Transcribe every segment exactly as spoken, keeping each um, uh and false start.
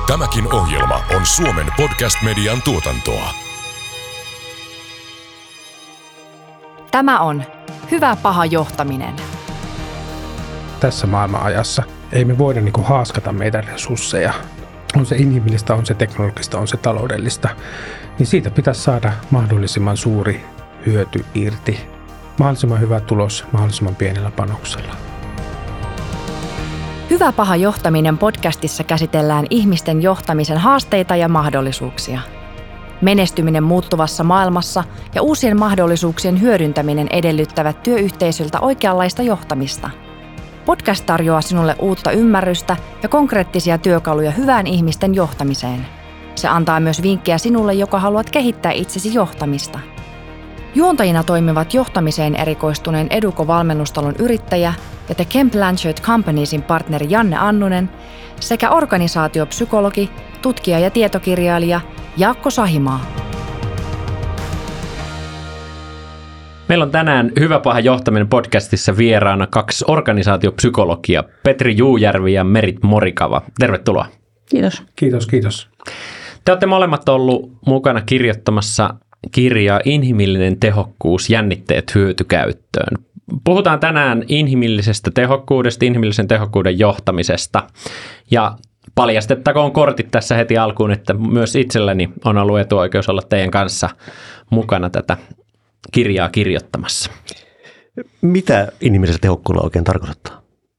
Tämäkin ohjelma on Suomen podcast-median tuotantoa. Tämä on Hyvä paha johtaminen. Tässä maailmanajassa ei me voida niin kuin haaskata meidän resursseja. On se inhimillistä, on se teknologista, on se taloudellista. Niin siitä pitäisi saada mahdollisimman suuri hyöty irti. Mahdollisimman hyvä tulos mahdollisimman pienellä panoksella. Hyvä paha johtaminen podcastissa käsitellään ihmisten johtamisen haasteita ja mahdollisuuksia. Menestyminen muuttuvassa maailmassa ja uusien mahdollisuuksien hyödyntäminen edellyttävät työyhteisöltä oikeanlaista johtamista. Podcast tarjoaa sinulle uutta ymmärrystä ja konkreettisia työkaluja hyvään ihmisten johtamiseen. Se antaa myös vinkkejä sinulle, joka haluat kehittää itsesi johtamista. Juontajina toimivat johtamiseen erikoistuneen Educo-valmennustalon yrittäjä ja The Ken Blanchard Companiesin partneri Janne Annunen sekä organisaatiopsykologi, tutkija ja tietokirjailija Jaakko Sahimaa. Meillä on tänään Hyvä paha johtaminen podcastissa vieraana kaksi organisaatiopsykologia, Petri Juujärvi ja Merit Morikava. Tervetuloa. Kiitos. Kiitos, kiitos. Te olette molemmat ollut mukana kirjoittamassa kirjaa Inhimillinen tehokkuus, jännitteet hyötykäyttöön. Puhutaan tänään inhimillisestä tehokkuudesta, inhimillisen tehokkuuden johtamisesta. Ja paljastettakoon kortit tässä heti alkuun, että myös itselläni on ollut etuoikeus olla teidän kanssa mukana tätä kirjaa kirjoittamassa. Mitä inhimillisellä tehokkuudella oikein tarkoittaa?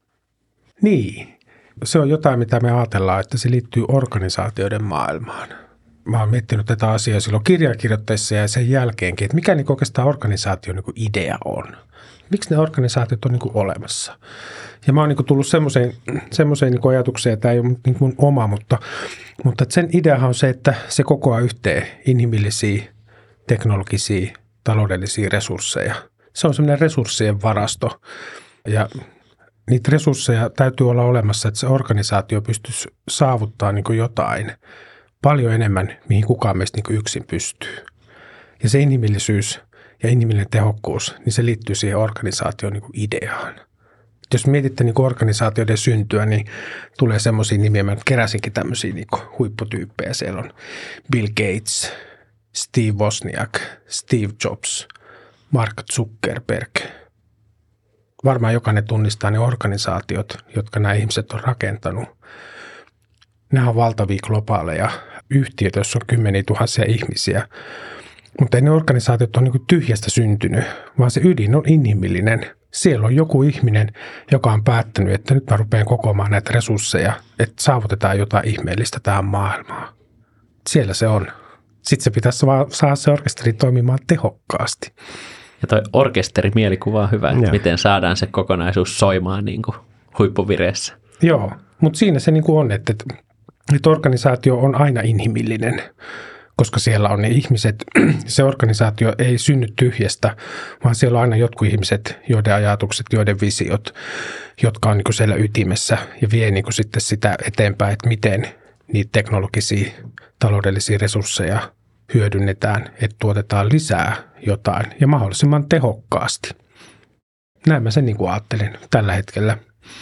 Niin, se on jotain, mitä me ajatellaan, että se liittyy organisaatioiden maailmaan. Mä oon miettinyt tätä asiaa silloin kirjakirjoitteessa ja sen jälkeenkin, että mikä niin oikeastaan organisaation niin idea on. Miksi ne organisaatiot on niin olemassa? Ja mä oon niin tullut semmoiseen, semmoiseen niin ajatukseen, että tämä ei ole niin mun oma, mutta, mutta sen ideahan on se, että se kokoaa yhteen inhimillisiä, teknologisia, taloudellisia resursseja. Se on semmoinen resurssien varasto ja niitä resursseja täytyy olla olemassa, että se organisaatio pystyisi saavuttamaan niin jotain paljon enemmän, mihin kukaan meistä niin yksin pystyy. Ja se inhimillisyys ja inhimillinen tehokkuus, niin se liittyy siihen organisaation niin ideaan. Jos mietitte niin organisaatioiden syntyä, niin tulee semmoisia nimiä, mä keräsinkin tämmöisiä niin huipputyyppejä. Siellä on Bill Gates, Steve Wozniak, Steve Jobs, Mark Zuckerberg. Varmaan jokainen tunnistaa ne organisaatiot, jotka nämä ihmiset on rakentanut. Nämä on valtavia globaaleja yhtiöitä, joissa on kymmeniä tuhansia ihmisiä. Mutta ei ne organisaatiot ole niin kuin tyhjästä syntynyt, vaan se ydin on inhimillinen. Siellä on joku ihminen, joka on päättänyt, että nyt mä rupean kokoamaan näitä resursseja, että saavutetaan jotain ihmeellistä tähän maailmaan. Siellä se on. Sitten se pitäisi vaan saada se orkesteri toimimaan tehokkaasti. Ja toi orkesterimielikuvaa on hyvä, että miten saadaan se kokonaisuus soimaan niin kuin huippuvireessä. Joo, mutta siinä se niin kuin on, että, että organisaatio on aina inhimillinen, koska siellä on ne ihmiset. Se organisaatio ei synny tyhjästä, vaan siellä on aina jotkut ihmiset, joiden ajatukset, joiden visiot, jotka on niin kuin siellä ytimessä ja vie niin kuin sitten sitä eteenpäin, että miten niitä teknologisia, taloudellisia resursseja hyödynnetään, että tuotetaan lisää jotain ja mahdollisimman tehokkaasti. Näin mä sen niin kuin ajattelen tällä hetkellä.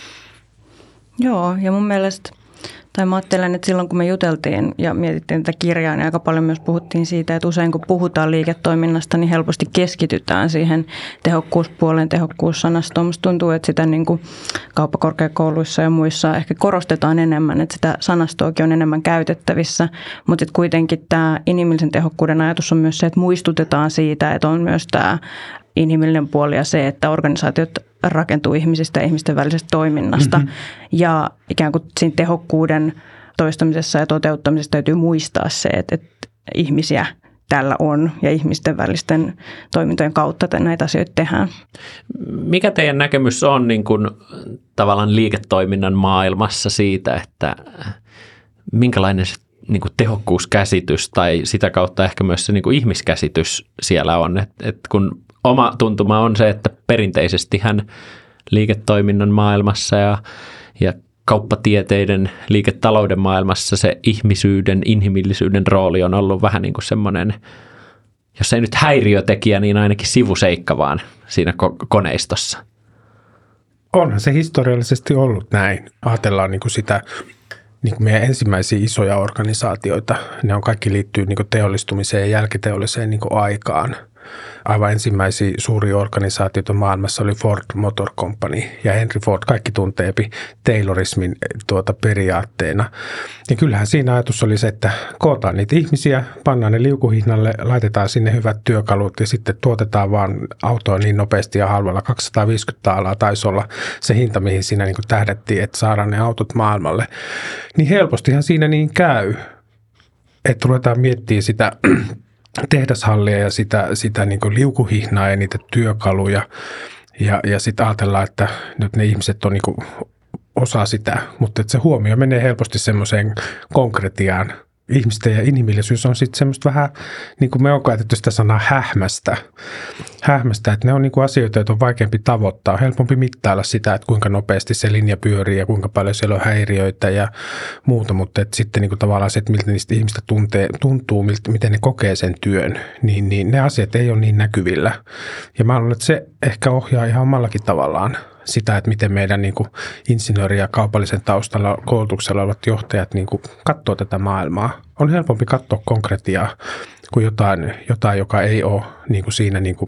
Joo, ja mun mielestä, tai mä ajattelen, että silloin kun me juteltiin ja mietittiin tätä kirjaa, niin aika paljon myös puhuttiin siitä, että usein kun puhutaan liiketoiminnasta, niin helposti keskitytään siihen tehokkuuspuoleen, tehokkuussanastoon. Musta tuntuu, että sitä niin kuin kauppakorkeakouluissa ja muissa ehkä korostetaan enemmän, että sitä sanastoakin on enemmän käytettävissä, mutta että kuitenkin tämä inhimillisen tehokkuuden ajatus on myös se, että muistutetaan siitä, että on myös tämä inhimillinen puoli ja se, että organisaatiot rakentuu ihmisistä ja ihmisten välisestä toiminnasta. Mm-hmm. Ja ikään kuin siinä tehokkuuden toistamisessa ja toteuttamisessa täytyy muistaa se, että, että ihmisiä tällä on ja ihmisten välisten toimintojen kautta näitä asioita tehdään. Mikä teidän näkemys on niin kuin, tavallaan liiketoiminnan maailmassa siitä, että minkälainen se niin kuin tehokkuuskäsitys tai sitä kautta ehkä myös se niin kuin ihmiskäsitys siellä on, että, että kun oma tuntuma on se, että perinteisestihän liiketoiminnan maailmassa ja, ja kauppatieteiden, liiketalouden maailmassa se ihmisyyden, inhimillisyyden rooli on ollut vähän niin kuin semmoinen, jos ei nyt häiriötekijä, niin ainakin sivuseikka vaan siinä ko- koneistossa. Onhan se historiallisesti ollut näin. Ajatellaan niin kuin sitä niin kuin meidän ensimmäisiä isoja organisaatioita. Ne on kaikki liittyy niin kuin teollistumiseen ja jälkiteolliseen niin kuin aikaan. Aivan ensimmäisiä suuria organisaatioita maailmassa oli Ford Motor Company ja Henry Ford. Kaikki tunteepi Taylorismin tuota periaatteena. Ja kyllähän siinä ajatus oli se, että kootaan niitä ihmisiä, pannaan ne liukuhihnalle, laitetaan sinne hyvät työkalut ja sitten tuotetaan vaan autoa niin nopeasti ja halvalla. kaksisataaviisikymmentä taalaa taisi olla se hinta, mihin siinä niin kuin tähdättiin, että saadaan ne autot maailmalle. Niin helpostihan siinä niin käy, että ruvetaan miettimään sitä tehdashallia ja sitä, sitä niin kuin liukuhihnaa ja niitä työkaluja ja, ja sitten ajatellaan, että nyt ne ihmiset on niin kuin osa sitä, mutta että se huomio menee helposti semmoiseen konkretiaan. Ihmisten ja inhimillisyys on sitten semmoista vähän, niin kuin me on käytetty sitä sanaa hähmästä, hähmästä, että ne on niin kuin asioita, joita on vaikeampi tavoittaa, helpompi mittailla sitä, että kuinka nopeasti se linja pyörii ja kuinka paljon siellä on häiriöitä ja muuta, mutta että sitten niin kuin tavallaan se, että miltä niistä ihmistä tuntee, tuntuu, miltä, miten ne kokee sen työn, niin, niin ne asiat ei ole niin näkyvillä. Ja mä luulen, että se ehkä ohjaa ihan omallakin tavallaan sitä, että miten meidän niin kuin insinööri- ja kaupallisen taustalla koulutuksella olevat johtajat niin kuin katsoo tätä maailmaa. On helpompi katsoa konkretiaa kuin jotain, jotain joka ei ole niin kuin siinä niin kuin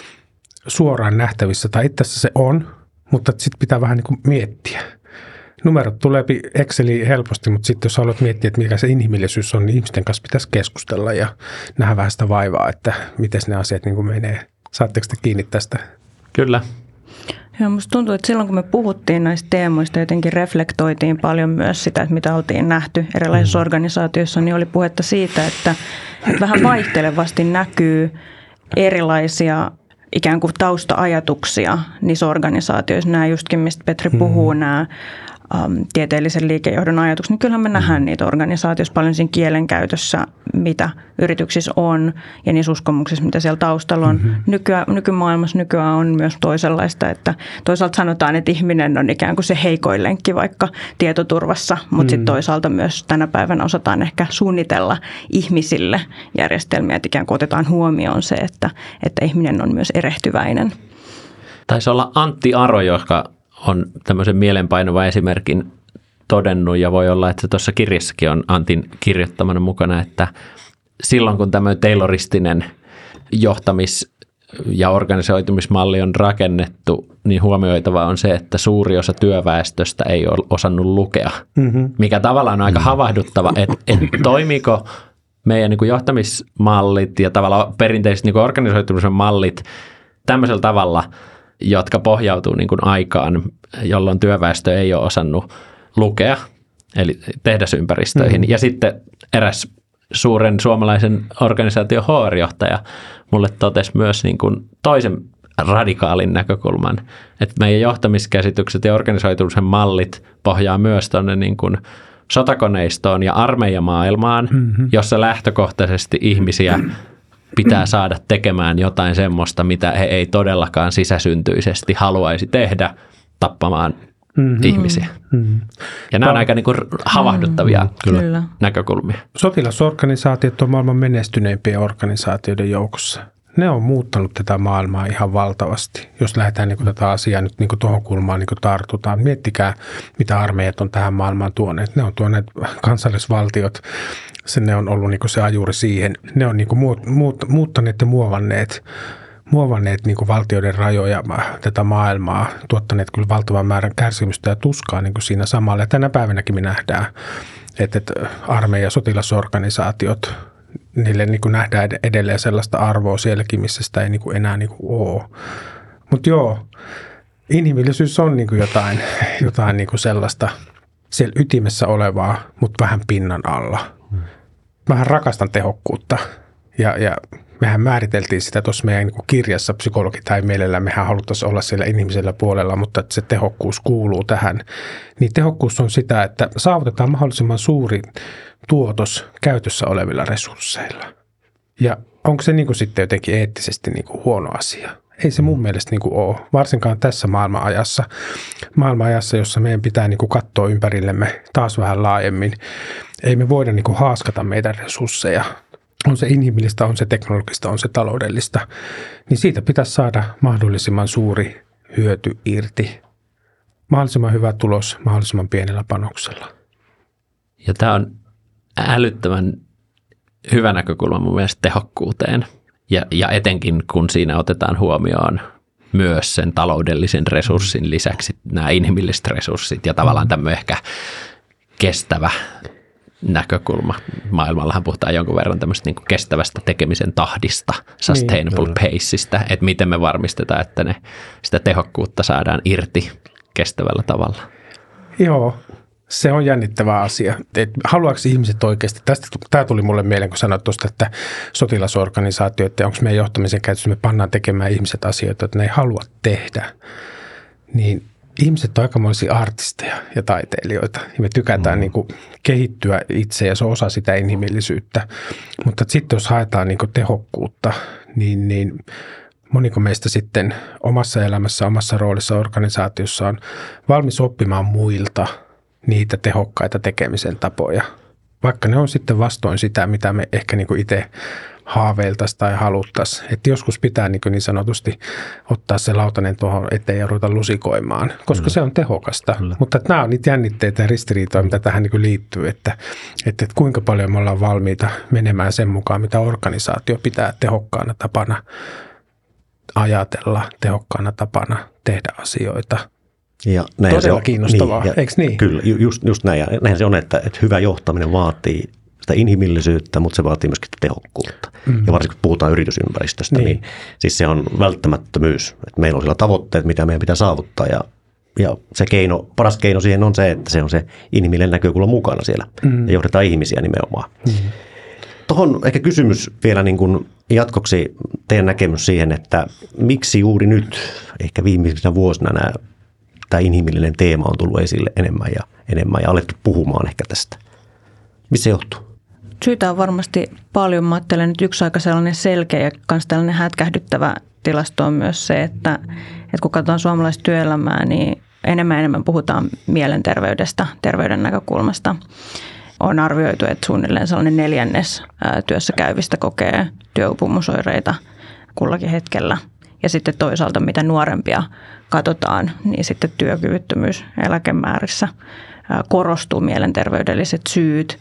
suoraan nähtävissä. Tai itse asiassa se on, mutta sitten pitää vähän niin kuin miettiä. Numerot tulee Exceliin helposti, mutta sitten jos haluat miettiä, että mikä se inhimillisyys on, niin ihmisten kanssa pitäisi keskustella ja nähdä vähän sitä vaivaa, että miten ne asiat niin kuin menee. Saatteko te kiinni tästä? Kyllä. Joo, musta tuntuu, että silloin kun me puhuttiin näistä teemoista, jotenkin reflektoitiin paljon myös sitä, että mitä oltiin nähty erilaisissa mm. organisaatioissa, niin oli puhetta siitä, että, että vähän vaihtelevasti näkyy erilaisia ikään kuin tausta-ajatuksia niissä organisaatioissa. Nämä justkin, mistä Petri puhuu, mm. nämä um, tieteellisen liikejohdon ajatukset, niin kyllähän me nähdään niitä organisaatioissa paljon siinä kielenkäytössä, mitä yrityksissä on ja niissä uskomuksissa, mitä siellä taustalla on. Mm-hmm. Nykyään, nykymaailmassa nykyään on myös toisenlaista, että toisaalta sanotaan, että ihminen on ikään kuin se heikoin lenkki vaikka tietoturvassa, mutta mm-hmm. sitten toisaalta myös tänä päivänä osataan ehkä suunnitella ihmisille järjestelmiä, että ikään kuin otetaan huomioon se, että, että ihminen on myös erehtyväinen. Taisi olla Antti Aro, joka on tämmöisen mielenpainuvan esimerkin todennut, ja voi olla, että se tuossa kirjassakin on Antin kirjoittamana mukana, että silloin kun tämmöinen tayloristinen johtamis- ja organisoitumismalli on rakennettu, niin huomioitava on se, että suuri osa työväestöstä ei ole osannut lukea, mm-hmm. mikä tavallaan on aika havahduttava, että, että toimiko meidän niin kuin johtamismallit ja tavallaan perinteiset niin kuin organisoitumisen mallit tämmöisellä tavalla, jotka pohjautuu niin kuin aikaan, jolloin työväestö ei ole osannut lukea, eli tehdasympäristöihin. Mm-hmm. Ja sitten eräs suuren suomalaisen organisaation H R-johtaja mulle totesi myös niin kuin toisen radikaalin näkökulman, että meidän johtamiskäsitykset ja organisoitumisen mallit pohjaa myös tuonne niin kuin sotakoneistoon ja armeijamaailmaan, mm-hmm. jossa lähtökohtaisesti ihmisiä pitää saada tekemään jotain semmoista, mitä he ei todellakaan sisäsyntyisesti haluaisi tehdä, tappamaan mm-hmm. ihmisiä. Mm-hmm. Ja nämä on aika niin kuin havahduttavia mm-hmm. kyllä. näkökulmia. Sotilasorganisaatiot on maailman menestyneimpiä organisaatioiden joukossa. Ne on muuttanut tätä maailmaa ihan valtavasti. Jos lähdetään niin kuin tätä asiaa nyt niin kuin tuohon kulmaan niin kuin tartutaan, miettikää, mitä armeijat on tähän maailmaan tuoneet. Ne on tuoneet kansallisvaltiot, se ne on ollut niin kuin se ajuri siihen. Ne on niin kuin muut, muut, muuttaneet ja muovanneet, muovanneet niin kuin valtioiden rajoja tätä maailmaa, tuottaneet kyllä valtavan määrän kärsimystä ja tuskaa niin kuin siinä samalla. Ja tänä päivänäkin me nähdään, että, että armeija- ja sotilasorganisaatiot, niille niin kuin nähdään edelleen sellaista arvoa sielläkin, missä sitä ei niin kuin enää niin kuin ole. Mutta joo, inhimillisyys on niin kuin jotain, jotain niin kuin sellaista siellä ytimessä olevaa, mutta vähän pinnan alla. Mähän rakastan tehokkuutta ja, ja mehän määriteltiin sitä tuossa meidän niin kuin kirjassa psykologit tai mielellään. Mehän haluttaisiin olla siellä inhimillisellä puolella, mutta että se tehokkuus kuuluu tähän. Niin tehokkuus on sitä, että saavutetaan mahdollisimman suuri tuotos käytössä olevilla resursseilla. Ja onko se niin kuin sitten jotenkin eettisesti niin kuin huono asia? Ei se mun mielestä niin kuin ole, varsinkaan tässä maailmanajassa, maailmanajassa, jossa meidän pitää niin kuin katsoa ympärillemme taas vähän laajemmin. Ei me voida niin kuin haaskata meidän resursseja. On se inhimillistä, on se teknologista, on se taloudellista. Niin siitä pitäisi saada mahdollisimman suuri hyöty irti. Mahdollisimman hyvä tulos mahdollisimman pienellä panoksella. Ja tämä on älyttömän hyvä näkökulma mun mielestä tehokkuuteen. Ja, ja etenkin kun siinä otetaan huomioon myös sen taloudellisen resurssin lisäksi nämä inhimilliset resurssit ja tavallaan tämmöinen ehkä kestävä näkökulma. Maailmallahan puhutaan jonkun verran tämmöistä niin kuin kestävästä tekemisen tahdista, sustainable niin, paceista, että miten me varmistetaan, että ne, sitä tehokkuutta saadaan irti kestävällä tavalla. Joo, se on jännittävä asia. Et haluaako ihmiset oikeasti, tästä, tämä tuli mulle mieleen, kun sanoit tuosta, että sotilasorganisaatio, että onko meidän johtamisen käytössä, me pannaan tekemään ihmiset asioita, että ne ei halua tehdä, niin ihmiset on aikamoisia artisteja ja taiteilijoita ja me tykätään mm. niin kuin kehittyä itse ja se on osa sitä inhimillisyyttä. Mutta sitten jos haetaan niin kuin tehokkuutta, niin, niin moniko meistä sitten omassa elämässä, omassa roolissa organisaatiossa on valmis oppimaan muilta niitä tehokkaita tekemisen tapoja. Vaikka ne on sitten vastoin sitä, mitä me ehkä niin kuin itse haaveiltaisiin tai haluttaisiin. Että joskus pitää niin, niin sanotusti ottaa se lautanen tuohon eteen ja ruveta lusikoimaan, koska Kyllä. se on tehokasta. Kyllä. Mutta että nämä on niitä jännitteitä ja ristiriitoja, mitä tähän niin liittyy, että, että, että kuinka paljon me ollaan valmiita menemään sen mukaan, mitä organisaatio pitää tehokkaana tapana ajatella, tehokkaana tapana tehdä asioita. Ja näin Todella se on, kiinnostavaa, niin, eikö niin? Kyllä, just, just näin. Ja näin se on, että, että hyvä johtaminen vaatii sitä inhimillisyyttä, mutta se vaatii myöskin tehokkuutta. Mm. Ja varsinkin kun puhutaan yritysympäristöstä, niin. niin siis se on välttämättömyys, että meillä on sillä tavoitteet, mitä meidän pitää saavuttaa. Ja, ja se keino, paras keino siihen on se, että se on se inhimillinen näkökulma mukana siellä mm. ja johdetaan ihmisiä nimenomaan. Mm. Tuohon ehkä kysymys vielä niin kuin jatkoksi teidän näkemys siihen, että miksi juuri nyt, ehkä viimeisinä vuosina nämä, tämä inhimillinen teema on tullut esille enemmän ja enemmän ja alettu puhumaan ehkä tästä. Missä se johtuu? Syytä on varmasti paljon. Mä ajattelen, että yksi aika sellainen selkeä ja myös tällainen hätkähdyttävä tilasto on myös se, että, että kun katsotaan suomalaista työelämää, niin enemmän ja enemmän puhutaan mielenterveydestä, terveyden näkökulmasta. On arvioitu, että suunnilleen sellainen neljännes työssä käyvistä kokee työuupumusoireita kullakin hetkellä. Ja sitten toisaalta mitä nuorempia katsotaan, niin sitten työkyvyttömyys eläkemäärissä korostuu mielenterveydelliset syyt.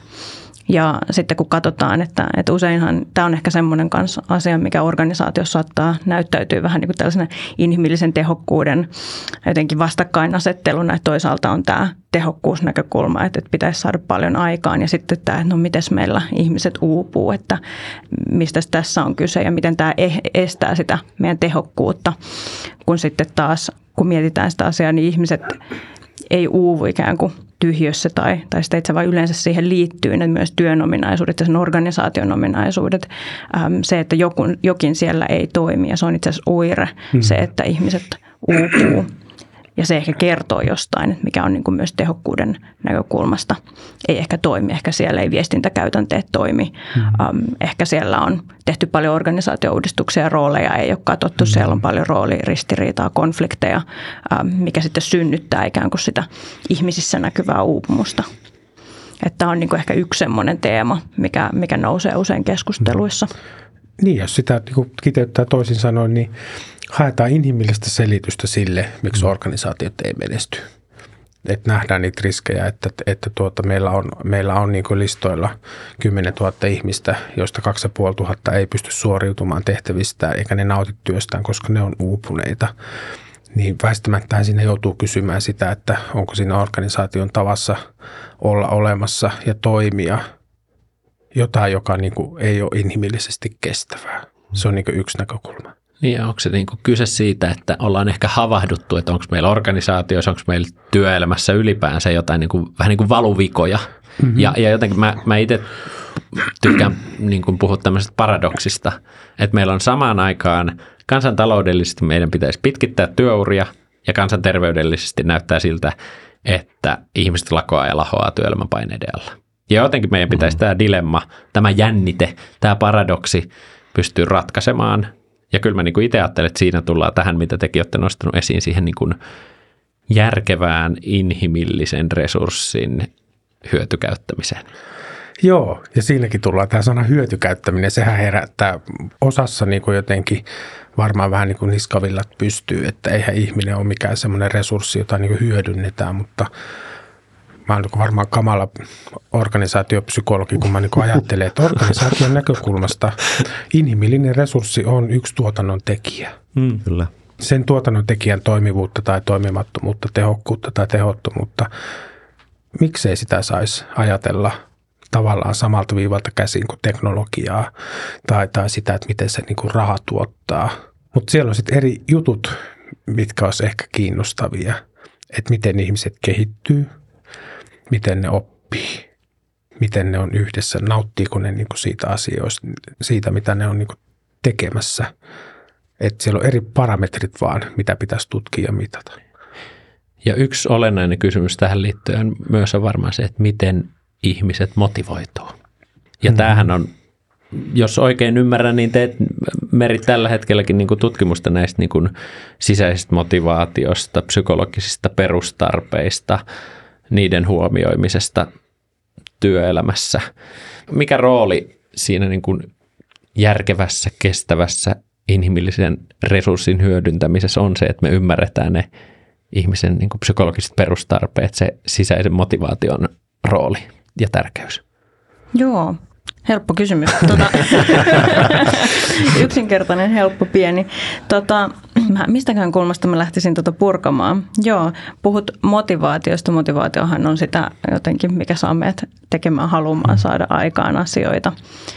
Ja sitten kun katsotaan, että, että useinhan tämä on ehkä semmoinen kanssa asia, mikä organisaatiossa saattaa näyttäytyy vähän niin kuin tällaisena inhimillisen tehokkuuden jotenkin vastakkainasetteluna, että toisaalta on tämä tehokkuusnäkökulma, että, että pitäisi saada paljon aikaan ja sitten tämä, että no miten meillä ihmiset uupuu, että mistä tässä on kyse ja miten tämä estää sitä meidän tehokkuutta, kun sitten taas kun mietitään sitä asiaa, niin ihmiset ei uuvu ikään kuin tyhjössä tai, tai sitä itse vaan yleensä siihen liittyy ne myös työn ominaisuudet ja sen organisaation ominaisuudet. Ähm, se, että joku, jokin siellä ei toimi ja se on itse asiassa oire, hmm. se, että ihmiset uupuu. Ja se ehkä kertoo jostain, mikä on niin kuin myös tehokkuuden näkökulmasta. Ei ehkä toimi, ehkä siellä ei viestintäkäytänteet toimi. Mm-hmm. Um, ehkä siellä on tehty paljon organisaatio-uudistuksia ja rooleja ei ole katsottu. Mm-hmm. Siellä on paljon rooliristiriitaa, konflikteja, um, mikä sitten synnyttää ikään kuin sitä ihmisissä näkyvää uupumusta. Että on niin kuin ehkä yksi semmoinen teema, mikä, mikä nousee usein keskusteluissa. Mm-hmm. Niin, jos sitä niin kiteyttää toisin sanoen, niin haetaan inhimillistä selitystä sille, miksi organisaatiot ei menesty. Että nähdään niitä riskejä, että, että tuota, meillä on, meillä on niin kuin listoilla kymmenen tuhatta ihmistä, joista kaksi ja puoli tuhatta ei pysty suoriutumaan tehtävistään eikä ne nauti työstään, koska ne on uupuneita. Niin väistämättä siinä joutuu kysymään sitä, että onko siinä organisaation tavassa olla olemassa ja toimia jotain, joka niin kuin ei ole inhimillisesti kestävää. Se on niin kuin yksi näkökulma. Niin ja onko se niin kuin kyse siitä, että ollaan ehkä havahduttu, että onko meillä organisaatioissa, onko meillä työelämässä ylipäänsä jotain niin kuin, vähän niin kuin valuvikoja. Mm-hmm. Ja, ja jotenkin mä, mä itse tykkään niin kuin puhua tämmöisestä paradoksista, että meillä on samaan aikaan kansantaloudellisesti meidän pitäisi pitkittää työuria ja kansanterveydellisesti näyttää siltä, että ihmiset lakoaa ja lahoaa työelämäpaineiden alla. Ja jotenkin meidän pitäisi mm-hmm. tämä dilemma, tämä jännite, tämä paradoksi pystyy ratkaisemaan. Ja kyllä mä niin kuin itse ajattelen, että siinä tullaan tähän, mitä tekin olette nostanut esiin, siihen niin kuin järkevään inhimillisen resurssin hyötykäyttämiseen. Joo, ja siinäkin tullaan tämä sana hyötykäyttäminen. Sehän herättää osassa niin kuin jotenkin varmaan vähän niin kuin niskavillat pystyy, että eihän ihminen ole mikään semmoinen resurssi, jota niin kuin hyödynnetään, mutta mä oon niin varmaan kamala organisaatiopsykologi, kun mä niin ajattelen, että organisaation näkökulmasta inhimillinen resurssi on yksi tuotannon tekijä. Mm, kyllä. Sen tuotannon tekijän toimivuutta tai toimimattomuutta, tehokkuutta tai tehottomuutta, miksei sitä saisi ajatella tavallaan samalta viivalta käsin kuin teknologiaa tai, tai sitä, että miten se niin kuin raha tuottaa. Mutta siellä on sitten eri jutut, mitkä olisi ehkä kiinnostavia, että miten ihmiset kehittyy, miten ne oppii, miten ne on yhdessä, nauttiiko ne niin kuin siitä asioista, siitä mitä ne on niin kuin tekemässä. Että siellä on eri parametrit vaan, mitä pitäisi tutkia ja mitata. Ja yksi olennainen kysymys tähän liittyen myös on varmaan se, että miten ihmiset motivoituu. Ja mm-hmm. tämähän on, jos oikein ymmärrän, niin teet Meri tällä hetkelläkin niin kuin tutkimusta näistä niin kuin sisäisestä motivaatiosta, psykologisista perustarpeista, niiden huomioimisesta työelämässä. Mikä rooli siinä niin kuin järkevässä, kestävässä, inhimillisen resurssin hyödyntämisessä on se, että me ymmärretään ne ihmisen niin kuin psykologiset perustarpeet, se sisäisen motivaation rooli ja tärkeys? Joo, helppo kysymys. Tuota, yksinkertainen, helppo, pieni. Tota, mistäkään kulmasta mä lähtisin tuota purkamaan? Joo, puhut motivaatiosta. Motivaatiohan on sitä jotenkin, mikä saa meidät tekemään, haluamaan saada aikaan asioita.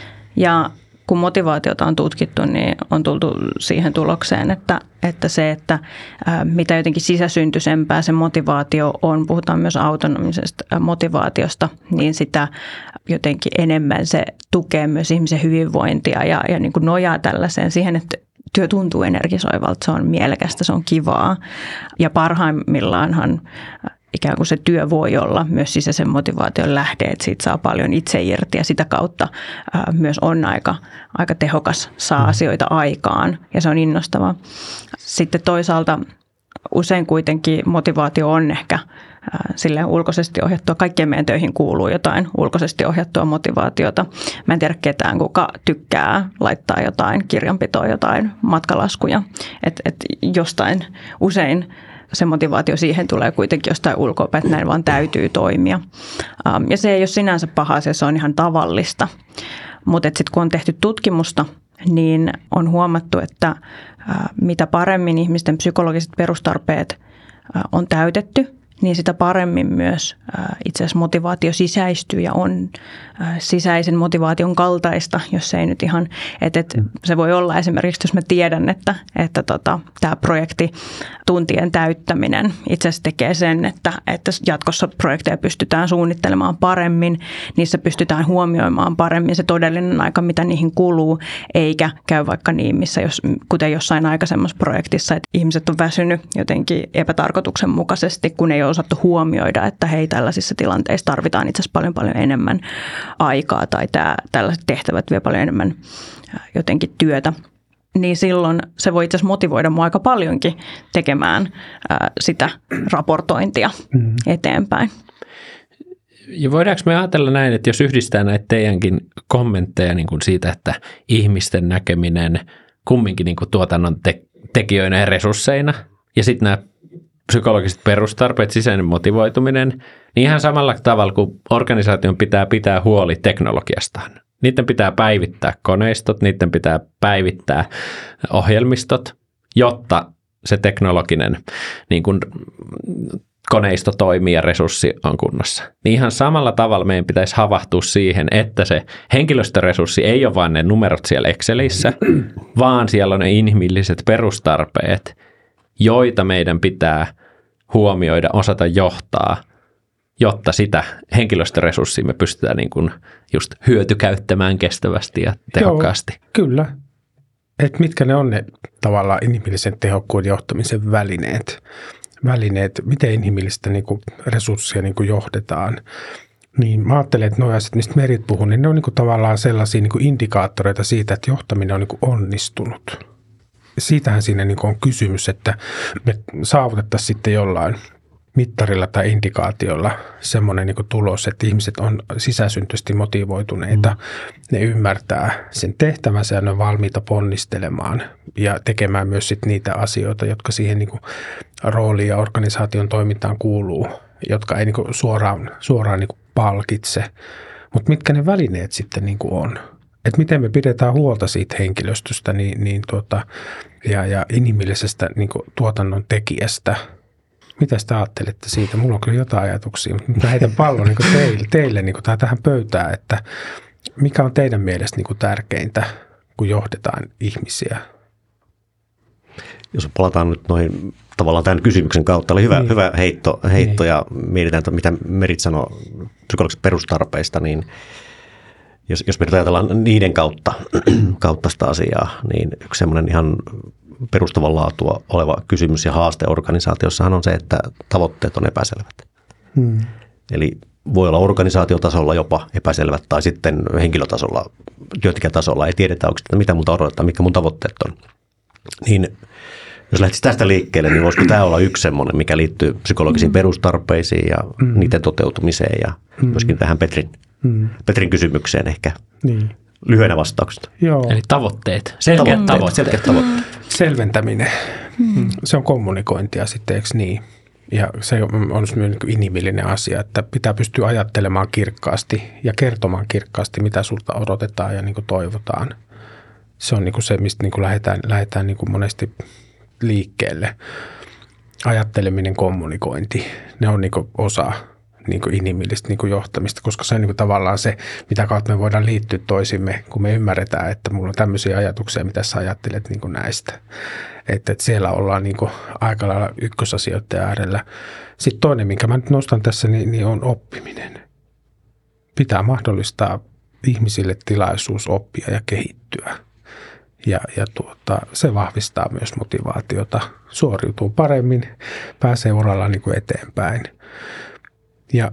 Ja kun motivaatiota on tutkittu, niin on tultu siihen tulokseen, että, että se, että ää, mitä jotenkin sisäsyntyisempää se motivaatio on, puhutaan myös autonomisesta motivaatiosta, niin sitä jotenkin enemmän se tukee myös ihmisen hyvinvointia ja, ja niin kuin nojaa tällaiseen siihen, että työ tuntuu energisoivalta, se on mielekästä, se on kivaa ja parhaimmillaanhan ikään kuin se työ voi olla myös sisäisen motivaation lähde, että siitä saa paljon itse irti ja sitä kautta ää, myös on aika, aika tehokas, saa asioita aikaan ja se on innostavaa. Sitten toisaalta usein kuitenkin motivaatio on ehkä ää, silleen ulkoisesti ohjattua. Kaikkien meidän töihin kuuluu jotain ulkoisesti ohjattua motivaatiota. Mä en tiedä ketään, kuka tykkää laittaa jotain kirjanpitoa, jotain matkalaskuja. Että et jostain usein se motivaatio siihen tulee kuitenkin jostain ulkoa, että näin vaan täytyy toimia. Ja se ei ole sinänsä paha asia, se on ihan tavallista. Mutta sitten kun on tehty tutkimusta, niin on huomattu, että mitä paremmin ihmisten psykologiset perustarpeet on täytetty, niin sitä paremmin myös itse asiassa motivaatio sisäistyy ja on sisäisen motivaation kaltaista, jos se ei nyt ihan, että, että se voi olla esimerkiksi, jos mä tiedän, että, että tota, tämä projekti tuntien täyttäminen itse asiassa tekee sen, että, että jatkossa projekteja pystytään suunnittelemaan paremmin, niissä pystytään huomioimaan paremmin se todellinen aika, mitä niihin kuluu, eikä käy vaikka niin, missä jos, kuten jossain aikaisemmassa projektissa, että ihmiset on väsynyt jotenkin epätarkoituksenmukaisesti, kun ei ole osattu huomioida, että hei, tällaisissa tilanteissa tarvitaan itse asiassa paljon paljon enemmän aikaa tai tämä, tällaiset tehtävät vie paljon enemmän jotenkin työtä, niin silloin se voi itse asiassa motivoida mua aika paljonkin tekemään ää, sitä raportointia mm. eteenpäin. Ja voidaanko me ajatella näin, että jos yhdistää näitä teidänkin kommentteja niin kuin siitä, että ihmisten näkeminen kumminkin niin kuin tuotannon te- tekijöinä ja resursseina ja sitten nämä psykologiset perustarpeet, sisäinen motivoituminen, niin ihan samalla tavalla kuin organisaation pitää pitää huoli teknologiastaan. Niiden pitää päivittää koneistot, niiden pitää päivittää ohjelmistot, jotta se teknologinen niin kuin koneisto toimii ja resurssi on kunnossa. Niin ihan samalla tavalla meidän pitäisi havahtua siihen, että se henkilöstöresurssi ei ole vain ne numerot siellä Excelissä, vaan siellä on ne inhimilliset perustarpeet, joita meidän pitää huomioida, osata johtaa, jotta sitä henkilöstöresurssia me pystytään niin kuin just hyötykäyttämään kestävästi ja tehokkaasti. Joo, kyllä. Et mitkä ne on ne tavallaan inhimillisen tehokkuuden johtamisen välineet, välineet miten inhimillistä niin kuin resurssia niin kuin johdetaan. Niin mä ajattelen, että nuo asiat, mistä Merit puhuu, niin ne on niin kuin tavallaan sellaisia niin kuin indikaattoreita siitä, että johtaminen on niin kuin onnistunut. Siitähän siinä niin kuin on kysymys, että me saavutettaisiin sitten jollain mittarilla tai indikaatiolla semmoinen niin kuin tulos, että ihmiset on sisäsyntyisesti motivoituneita, mm. ne ymmärtää sen tehtävänsä ja ne on valmiita ponnistelemaan ja tekemään myös sit niitä asioita, jotka siihen niin kuin rooliin ja organisaation toimintaan kuuluu. jotka ei niin kuin suoraan, suoraan niin kuin palkitse. Mutta mitkä ne välineet sitten niin kuin on? Että miten me pidetään huolta siitä henkilöstöstä niin, niin tuota, ja, ja inhimillisestä niin kuin tuotannon tekijästä. Mitä sitä ajattelette siitä? Mulla on kyllä jotain ajatuksia, mutta mä heitän pallon niin kuin teille, teille niin kuin tähän pöytään, että mikä on teidän mielestä niin kuin tärkeintä, kun johdetaan ihmisiä? Jos palataan nyt noihin tavallaan tämän kysymyksen kautta, oli hyvä, niin. hyvä heitto, heitto niin. Ja mietitään, että mitä Merit sanoi psykologisista perustarpeista, niin jos, jos me ajatellaan niiden kautta, kautta sitä asiaa, niin yksi semmoinen ihan perustavan laatua oleva kysymys ja haaste organisaatiossahan on se, että tavoitteet on epäselvät. Hmm. Eli voi olla organisaatiotasolla jopa epäselvät tai sitten henkilötasolla, työntekijätasolla ei tiedetä oikeastaan, mitä multa odotetaan, mitkä mun tavoitteet on. Niin jos lähtisi tästä liikkeelle, niin voisiko tämä olla yksi semmoinen, mikä liittyy psykologisiin mm. perustarpeisiin ja mm. niiden toteutumiseen ja mm. myöskin tähän Petrin, mm. Petrin kysymykseen ehkä niin. lyhyenä vastauksena. Joo. Eli tavoitteet, selkeät tavoitteet. tavoitteet. Selkeät tavoitteet. Selventäminen, mm. se on kommunikointia sitten, eikö niin? Ja se on myös inhimillinen asia, että pitää pystyä ajattelemaan kirkkaasti ja kertomaan kirkkaasti, mitä sulta odotetaan ja niin kuin toivotaan. Se on niin kuin se, mistä niin kuin lähdetään, lähdetään niin kuin monesti liikkeelle. Ajatteleminen, kommunikointi, ne on niin kuin osa niin kuin inhimillistä niin kuin johtamista, koska se on niin kuin tavallaan se, mitä kautta me voidaan liittyä toisimme, kun me ymmärretään, että mulla on tämmöisiä ajatuksia, mitä sä ajattelet niin kuin näistä. Että, että siellä ollaan niin kuin aika lailla ykkösasioiden äärellä. Sitten toinen, minkä mä nyt nostan tässä, niin, niin on oppiminen. Pitää mahdollistaa ihmisille tilaisuus oppia ja kehittyä. Ja, ja tuota, se vahvistaa myös motivaatiota, suoriutuu paremmin, pääsee uralla niin kuin eteenpäin. Ja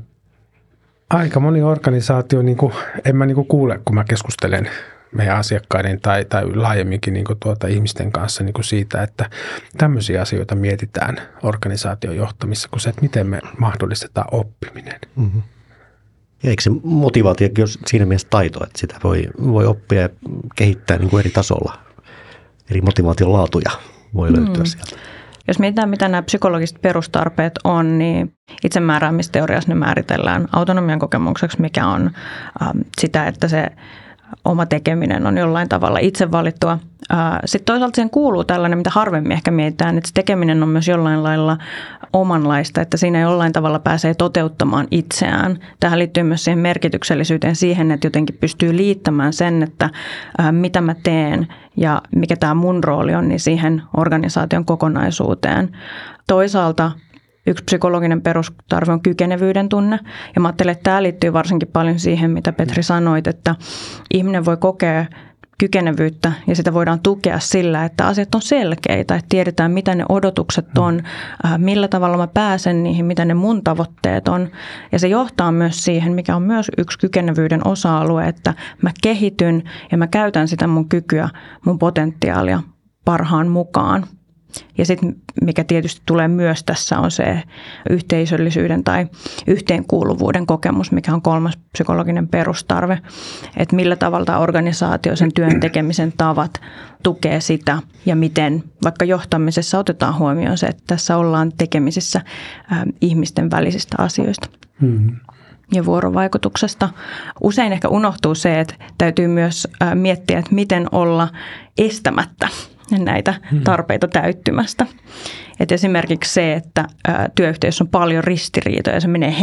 aika moni organisaatio, niin kuin, en mä niin kuin kuule, kun mä keskustelen meidän asiakkaiden tai, tai laajemminkin niin kuin tuota ihmisten kanssa niin kuin siitä, että tämmöisiä asioita mietitään organisaation johtamisessa, kuin se, että miten me mahdollistetaan oppiminen. Mm-hmm. Ja eikö se motivaatiokin ole siinä mielessä taito, että sitä voi, voi oppia ja kehittää niin kuin eri tasolla. Eri motivaation laatuja voi löytyä mm. sieltä. Jos mietitään, mitä nämä psykologiset perustarpeet on, niin itsemääräämisteoriassa ne määritellään autonomian kokemukseksi, mikä on ähm, sitä, että se oma tekeminen on jollain tavalla itse valittua. Sitten toisaalta siihen kuuluu tällainen, mitä harvemmin ehkä mietitään, että se tekeminen on myös jollain lailla omanlaista, että siinä jollain tavalla pääsee toteuttamaan itseään. Tähän liittyy myös siihen merkityksellisyyteen siihen, että jotenkin pystyy liittämään sen, että mitä mä teen ja mikä tämä mun rooli on, niin siihen organisaation kokonaisuuteen. Toisaalta yksi psykologinen perustarve on kykenevyyden tunne. Ja mä ajattelen, että tämä liittyy varsinkin paljon siihen, mitä Petri sanoit, että ihminen voi kokea kykenevyyttä ja sitä voidaan tukea sillä, että asiat on selkeitä, että tiedetään, mitä ne odotukset on, millä tavalla mä pääsen niihin, mitä ne mun tavoitteet on. Ja se johtaa myös siihen, mikä on myös yksi kykenevyyden osa-alue, että mä kehityn ja mä käytän sitä mun kykyä, mun potentiaalia parhaan mukaan. Ja sitten mikä tietysti tulee myös tässä on se yhteisöllisyyden tai yhteenkuuluvuuden kokemus, mikä on kolmas psykologinen perustarve. Että millä tavalla tämä organisaatio, sen työn tekemisen tavat tukee sitä ja miten vaikka johtamisessa otetaan huomioon se, että tässä ollaan tekemisissä äh, ihmisten välisistä asioista. Mm-hmm. Ja vuorovaikutuksesta. Usein ehkä unohtuu se, että täytyy myös äh, miettiä, että miten olla estämättä näitä tarpeita täyttymästä. Et esimerkiksi se, että työyhteisössä on paljon ristiriitoja ja se menee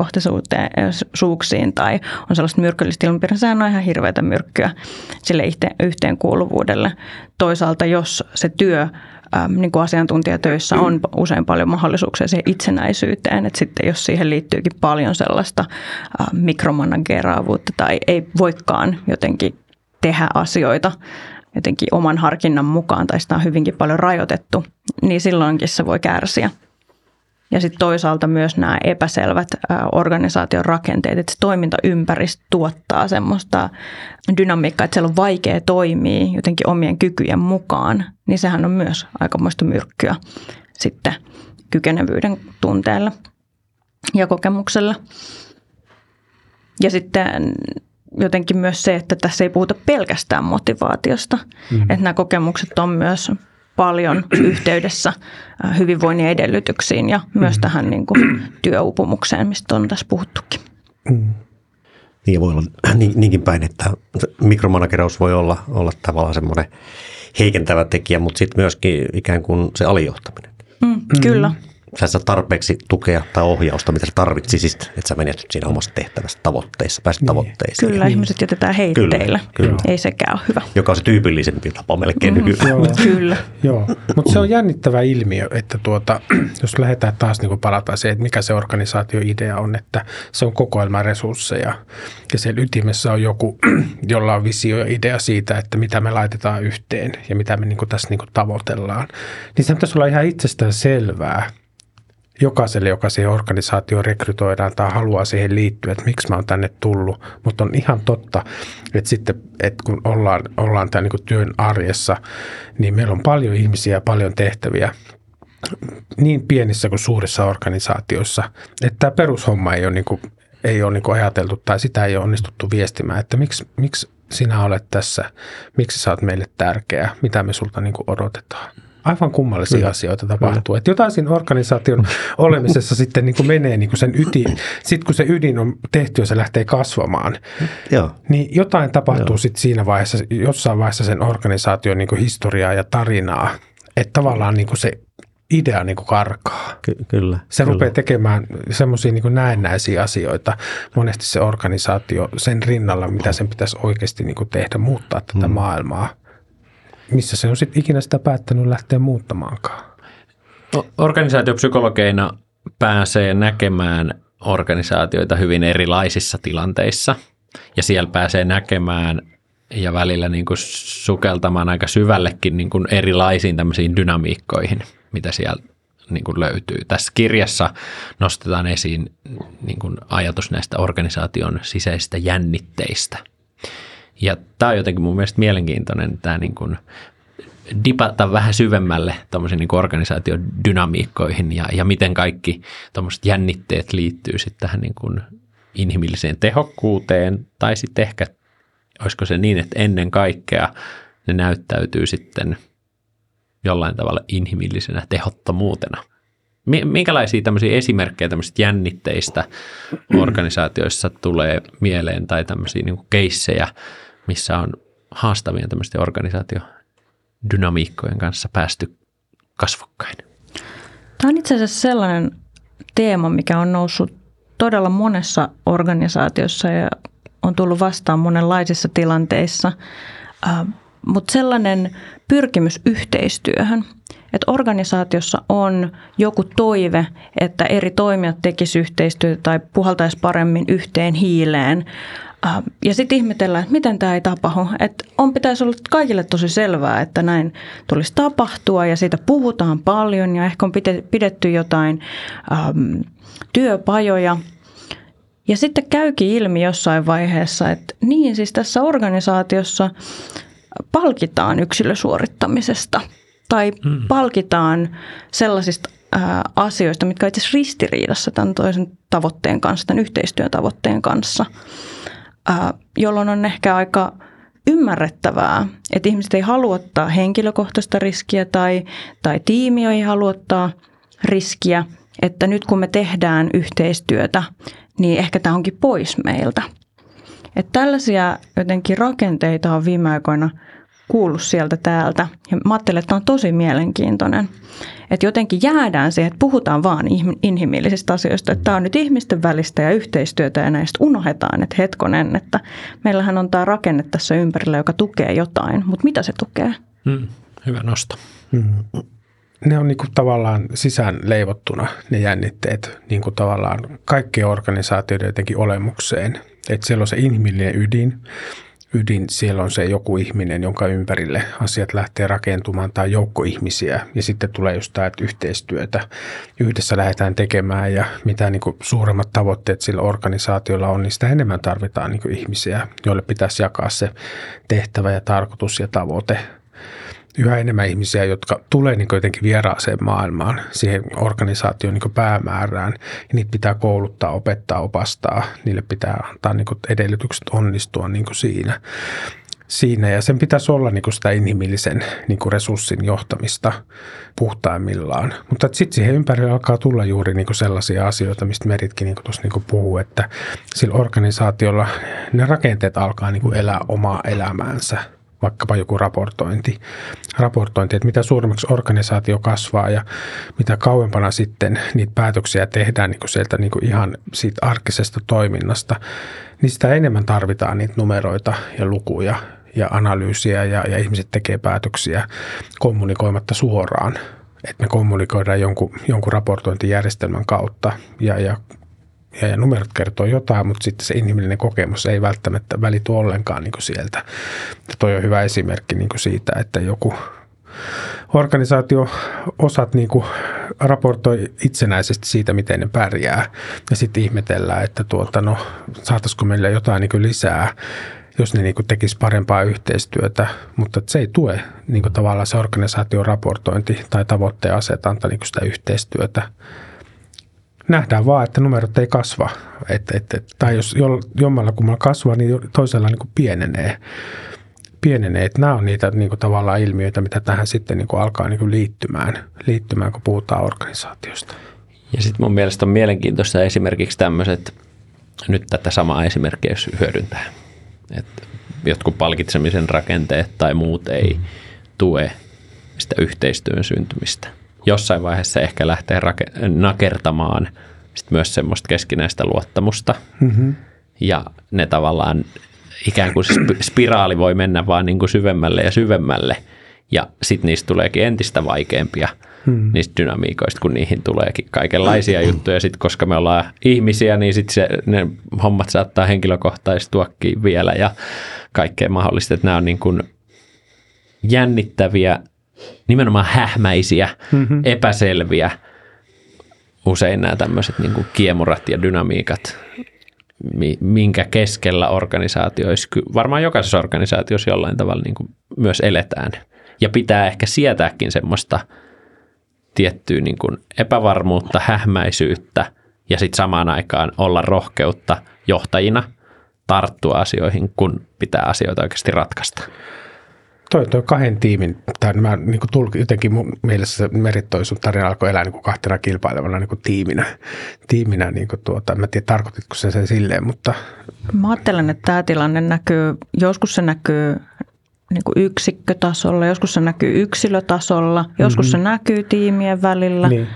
henkilökohtaisuuksiin tai on sellaista myrkyllistä ilmapiiriä, sehän on ihan hirveätä myrkkyä sille yhteenkuuluvuudelle. Toisaalta jos se työ, niin kuin asiantuntijatöissä on usein paljon mahdollisuuksia siihen itsenäisyyteen, että sitten jos siihen liittyykin paljon sellaista mikromanageravuutta tai ei voikaan jotenkin tehdä asioita jotenkin oman harkinnan mukaan tai sitä on hyvinkin paljon rajoitettu, niin silloinkin se voi kärsiä. Ja sitten toisaalta myös nämä epäselvät organisaation rakenteet, että se toimintaympäristö tuottaa semmoista dynamiikkaa, että siellä on vaikea toimia jotenkin omien kykyjen mukaan, niin sehän on myös aikamoista myrkkyä sitten kykenevyyden tunteella ja kokemuksella. Ja sitten jotenkin myös se, että tässä ei puhuta pelkästään motivaatiosta. Mm-hmm. Että nämä kokemukset on myös paljon yhteydessä hyvinvoinnin edellytyksiin ja myös tähän niin kuin työuupumukseen, mistä on tässä puhuttukin. Mm. Niin voi olla niin, niinkin päin, että mikromanageraus voi olla, olla tavallaan semmoinen heikentävä tekijä, mutta sitten myöskin ikään kuin se alijohtaminen. Mm, kyllä. Sä et saa tarpeeksi tukea tai ohjausta, mitä sä tarvitsisit, että sä menestyt siinä omassa tehtävässä tavoitteissa, pääset niin. tavoitteisiin. Kyllä, niin. Ihmiset jätetään heitteille. Kyllä, kyllä. Ei sekään ole hyvä. Joka on se tyypillisempi tapa melkein mm, nykyään. Joo, kyllä. Joo, mutta se on jännittävä ilmiö, että tuota, jos lähdetään taas niin kuin palataan siihen, että mikä se organisaatioidea on, että se on kokoelma resursseja ja siellä ytimessä on joku, jolla on visio ja idea siitä, että mitä me laitetaan yhteen ja mitä me niin kuin tässä niin kuin tavoitellaan. Niin se pitäisi olla ihan itsestään selvää jokaiselle, joka siihen organisaatioon rekrytoidaan tai haluaa siihen liittyä, että miksi mä oon tänne tullut. Mutta on ihan totta, että sitten että kun ollaan, ollaan tämän niin kuin työn arjessa, niin meillä on paljon ihmisiä ja paljon tehtäviä niin pienissä kuin suurissa organisaatioissa, että tämä perushomma ei ole, niin kuin, ei ole niin kuin ajateltu tai sitä ei ole onnistuttu viestimään, että miksi, miksi sinä olet tässä, miksi sä oot meille tärkeä, mitä me sulta niin kuin odotetaan. Aivan kummallisia Kyllä. asioita tapahtuu. Että jotain siinä organisaation olemisessa sitten niin kuin menee niin kuin sen ydin. Sitten kun se ydin on tehty ja se lähtee kasvamaan, Joo. niin jotain tapahtuu sitten siinä vaiheessa, jossain vaiheessa sen organisaation niin kuin historiaa ja tarinaa. Että tavallaan niin kuin se idea niin kuin karkaa. Ky- kyllä. Se kyllä. rupeaa tekemään semmoisia niin kuin näennäisiä asioita. Monesti se organisaatio sen rinnalla, mitä sen pitäisi oikeasti niin kuin tehdä, muuttaa tätä hmm. maailmaa. Missä se on sitten ikinä sitä päättänyt lähteä muuttamaankaan? Organisaatiopsykologeina pääsee näkemään organisaatioita hyvin erilaisissa tilanteissa. Ja siellä pääsee näkemään ja välillä niin kuin sukeltamaan aika syvällekin niin kuin erilaisiin tämmöisiin dynamiikkoihin, mitä siellä niin kuin löytyy. Tässä kirjassa nostetaan esiin niin kuin ajatus näistä organisaation sisäisistä jännitteistä. Ja tämä on jotenkin mun mielestä mielenkiintoinen, tämä niin kuin dipata vähän syvemmälle tuommoisiin niin kuin organisaatiodynamiikkoihin ja, ja miten kaikki tuommoiset jännitteet liittyy sitten tähän niin kuin inhimilliseen tehokkuuteen tai sitten ehkä olisiko se niin, että ennen kaikkea ne näyttäytyy sitten jollain tavalla inhimillisenä tehottomuutena. Minkälaisia tämmöisiä esimerkkejä tämmöisistä jännitteistä organisaatioissa tulee mieleen tai tämmöisiä niin kuin keissejä, missä on haastavien tämmöisten organisaatiodynamiikkojen kanssa päästy kasvokkain? Tämä on itse asiassa sellainen teema, mikä on noussut todella monessa organisaatiossa ja on tullut vastaan monenlaisissa tilanteissa, mutta sellainen pyrkimys yhteistyöhön, että organisaatiossa on joku toive, että eri toimijat tekisivät yhteistyötä tai puhaltaisi paremmin yhteen hiileen. Ja sitten ihmetellään, että miten tämä ei tapahdu. Että on pitäisi olla kaikille tosi selvää, että näin tulisi tapahtua ja siitä puhutaan paljon ja ehkä on pidetty jotain äm, työpajoja. Ja sitten käykin ilmi jossain vaiheessa, että niin siis tässä organisaatiossa palkitaan yksilösuorittamisesta tai mm. palkitaan sellaisista ää, asioista, mitkä on itse asiassa ristiriidassa tämän toisen tavoitteen kanssa, tämän yhteistyön tavoitteen kanssa, ää, jolloin on ehkä aika ymmärrettävää, että ihmiset ei halua ottaa henkilökohtaista riskiä tai, tai tiimi ei halua ottaa riskiä, että nyt kun me tehdään yhteistyötä, niin ehkä tämä onkin pois meiltä. Että tällaisia jotenkin rakenteita on viime aikoina kuullut sieltä täältä. Ja mä ajattelen, että tämä on tosi mielenkiintoinen. Että jotenkin jäädään siihen, että puhutaan vaan inhimillisistä asioista. Että tämä on nyt ihmisten välistä ja yhteistyötä ja näistä unohdetaan, että hetkonen, että meillähän on tämä rakenne tässä ympärillä, joka tukee jotain. Mutta mitä se tukee? Hmm, hyvä nosto. Hmm. Ne on niin kuin tavallaan sisään leivottuna ne jännitteet niin kuin tavallaan kaikkien organisaatioiden jotenkin olemukseen. Että siellä on se inhimillinen ydin. Ydin, siellä on se joku ihminen, jonka ympärille asiat lähtee rakentumaan tai joukko ihmisiä. Ja sitten tulee just tämä, että yhteistyötä yhdessä lähdetään tekemään ja mitä niin kuin suuremmat tavoitteet sillä organisaatiolla on, niin sitä enemmän tarvitaan niin kuin ihmisiä, joille pitäisi jakaa se tehtävä ja tarkoitus ja tavoite. Yhä enemmän ihmisiä, jotka tulee niin jotenkin vieraaseen maailmaan, siihen organisaation niin päämäärään. Ja niitä pitää kouluttaa, opettaa, opastaa. Niille pitää antaa niin edellytykset onnistua niin siinä. siinä ja sen pitäisi olla niin kuin sitä inhimillisen niin kuin resurssin johtamista puhtaimmillaan. Mutta sitten siihen ympärille alkaa tulla juuri niin kuin sellaisia asioita, mistä Meritkin niin kuin tuossa niin kuin puhuu, että sillä organisaatiolla ne rakenteet alkaa niin kuin elää omaa elämäänsä. Vaikkapa joku raportointi, raportointi, että mitä suuremmaksi organisaatio kasvaa ja mitä kauempana sitten niitä päätöksiä tehdään niin kuin sieltä niin kuin ihan siitä arkisesta toiminnasta, niin sitä enemmän tarvitaan niitä numeroita ja lukuja ja analyysiä ja, ja ihmiset tekee päätöksiä kommunikoimatta suoraan. Että me kommunikoidaan jonkun, jonkun raportointijärjestelmän kautta ja, ja Ja, ja numerot kertoo jotain, mutta sitten se inhimillinen kokemus ei välttämättä välity ollenkaan niin kuin sieltä. Ja toi on hyvä esimerkki niin kuin siitä, että joku organisaatio-osat niin kuin raportoi itsenäisesti siitä, miten ne pärjää. Ja sitten ihmetellään, että tuota, no, saataisiko meillä jotain niin kuin lisää, jos ne niin kuin tekisi parempaa yhteistyötä. Mutta se ei tue niin kuin tavallaan se organisaation raportointi tai tavoitteen asetanta niin kuin sitä yhteistyötä. Nähdään vaan, että numerot ei kasva. Et, et, et, tai jos jommalla kummalla kasvaa, niin toisella niin kuin pienenee. pienenee. Et nämä on niitä niin kuin tavallaan ilmiöitä, mitä tähän sitten niin kuin alkaa niin kuin liittymään, liittymään, kun puhutaan organisaatiosta. Ja sitten mun mielestä on mielenkiintoista esimerkiksi tämmöiset, nyt tätä samaa esimerkkiä jos hyödyntää, että jotkut palkitsemisen rakenteet tai muut ei tue sitä yhteistyön syntymistä. Jossain vaiheessa ehkä lähtee rake- nakertamaan sit myös semmoista keskinäistä luottamusta. Mm-hmm. Ja ne tavallaan ikään kuin sp- spiraali voi mennä vaan niin kuin syvemmälle ja syvemmälle. Ja sitten niistä tuleekin entistä vaikeampia mm-hmm. niistä dynamiikoista, kun niihin tuleekin kaikenlaisia mm-hmm. juttuja. Sitten koska me ollaan ihmisiä, niin sitten ne hommat saattaa henkilökohtaistuakin vielä ja kaikkea mahdollista. Että nämä on niin kuin jännittäviä, nimenomaan hähmäisiä, mm-hmm. epäselviä, usein nämä tämmöiset niin kuin kiemurat ja dynamiikat, minkä keskellä organisaatioissa, varmaan jokaisessa organisaatiossa jollain tavalla niin kuin myös eletään. Ja pitää ehkä sietääkin semmoista tiettyä niin kuin epävarmuutta, hähmäisyyttä ja sitten samaan aikaan olla rohkeutta johtajina tarttua asioihin, kun pitää asioita oikeasti ratkaista. Toi, toi kahden tiimin, tai mä niin kuin tulkin, jotenkin mun mielessä Merit toi sun tarina alkoi elää niin kuin kahtena kilpailevana niin kuin tiiminä. tiiminä niin kuin tuota, en mä tiedä, tarkoititko sen sen silleen, mutta... Mä ajattelen, että tämä tilanne näkyy, joskus se näkyy niin kuin yksikkötasolla, joskus se näkyy yksilötasolla, joskus mm-hmm. se näkyy tiimien välillä. Niin.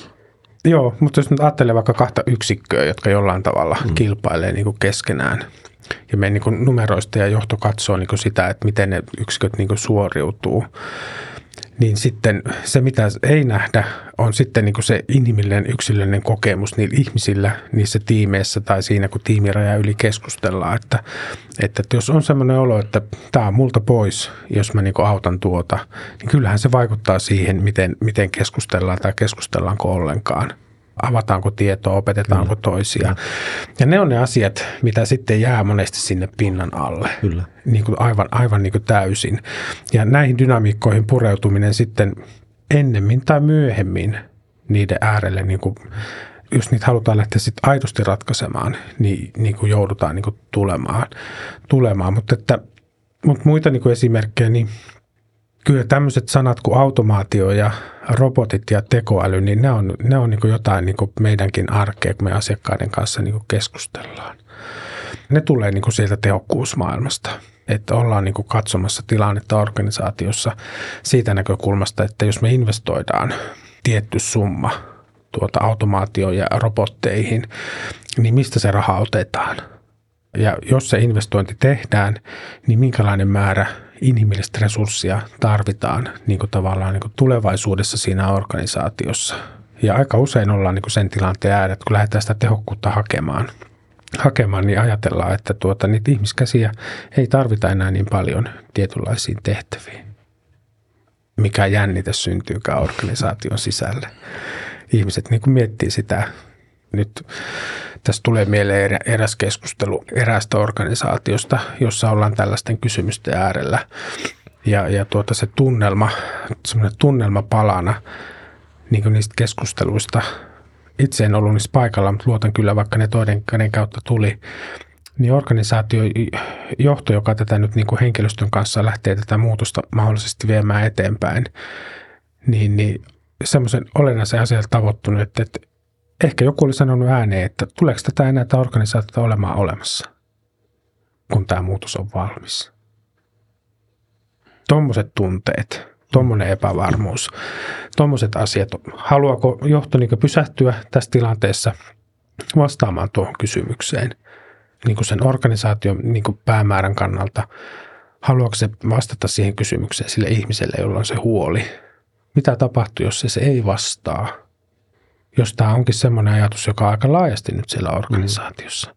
Joo, mutta jos nyt ajattelee vaikka kahta yksikköä, jotka jollain tavalla mm. kilpailee niin kuin keskenään, ja me niin kuin numeroista ja johto katsoo niin kuin sitä, että miten ne yksiköt niin kuin suoriutuu, niin sitten se, mitä ei nähdä, on sitten niin kuin se inhimillinen yksilöllinen kokemus niillä ihmisillä niissä tiimeissä tai siinä, kun tiimiraja yli keskustellaan. Että, että jos on sellainen olo, että tämä on multa pois, jos mä niin kuin autan tuota, niin kyllähän se vaikuttaa siihen, miten, miten keskustellaan tai keskustellaanko ollenkaan. Avataanko tietoa, opetetaanko Kyllä. toisia. Ja ne on ne asiat, mitä sitten jää monesti sinne pinnan alle. Kyllä. Niin kuin aivan, aivan niin kuin täysin. Ja näihin dynamiikkoihin pureutuminen sitten ennemmin tai myöhemmin niiden äärelle, niin kuin, jos niitä halutaan lähteä sitten aidosti ratkaisemaan, niin, niin kuin joudutaan niin kuin tulemaan. tulemaan. Mutta, että, mutta muita niin kuin esimerkkejä, niin kyllä tämmöiset sanat kuin automaatio ja robotit ja tekoäly, niin ne on, ne on niin kuin jotain niin kuin meidänkin arkea, kun me asiakkaiden kanssa niin kuin keskustellaan. Ne tulee niin kuin sieltä tehokkuusmaailmasta, että ollaan niin kuin katsomassa tilannetta organisaatiossa siitä näkökulmasta, että jos me investoidaan tietty summa tuota automaatioon ja robotteihin, niin mistä se raha otetaan? Ja jos se investointi tehdään, niin minkälainen määrä inhimillistä resurssia tarvitaan niin kuin tavallaan niin kuin tulevaisuudessa siinä organisaatiossa. Ja aika usein ollaan niin kuin sen tilanteen äärellä, että kun lähdetään sitä tehokkuutta hakemaan, hakemaan niin ajatellaan, että tuota, niitä ihmiskäsiä ei tarvita enää niin paljon tietynlaisiin tehtäviin. Mikä jännite syntyykään organisaation sisälle. Ihmiset niin kuin miettii sitä. Nyt tässä tulee mieleen eräs keskustelu eräästä organisaatiosta, jossa ollaan tällaisten kysymysten äärellä. Ja, ja tuota se tunnelma, semmoinen tunnelma palana niin kuin niistä keskusteluista. Itse en ollut niissä paikalla, mutta luotan kyllä, vaikka ne toinen käden kautta tuli. Niin organisaatio johto, joka tätä nyt niin kuin henkilöstön kanssa lähtee tätä muutosta mahdollisesti viemään eteenpäin, niin, niin semmoisen olennaisen asian tavoittunut, että, että ehkä joku oli sanonut ääneen, että tuleeko tätä enää tätä organisaatiota olemaan olemassa, kun tämä muutos on valmis. Tuommoiset tunteet, tuommoinen epävarmuus, tuommoiset asiat, haluaako johto niin kuin pysähtyä tässä tilanteessa vastaamaan tuohon kysymykseen niin kuin sen organisaation niin kuin päämäärän kannalta, haluaako se vastata siihen kysymykseen sille ihmiselle, jolla on se huoli. Mitä tapahtuu, jos se, se ei vastaa? Jos tämä onkin semmoinen ajatus, joka on aika laajasti nyt siellä organisaatiossa,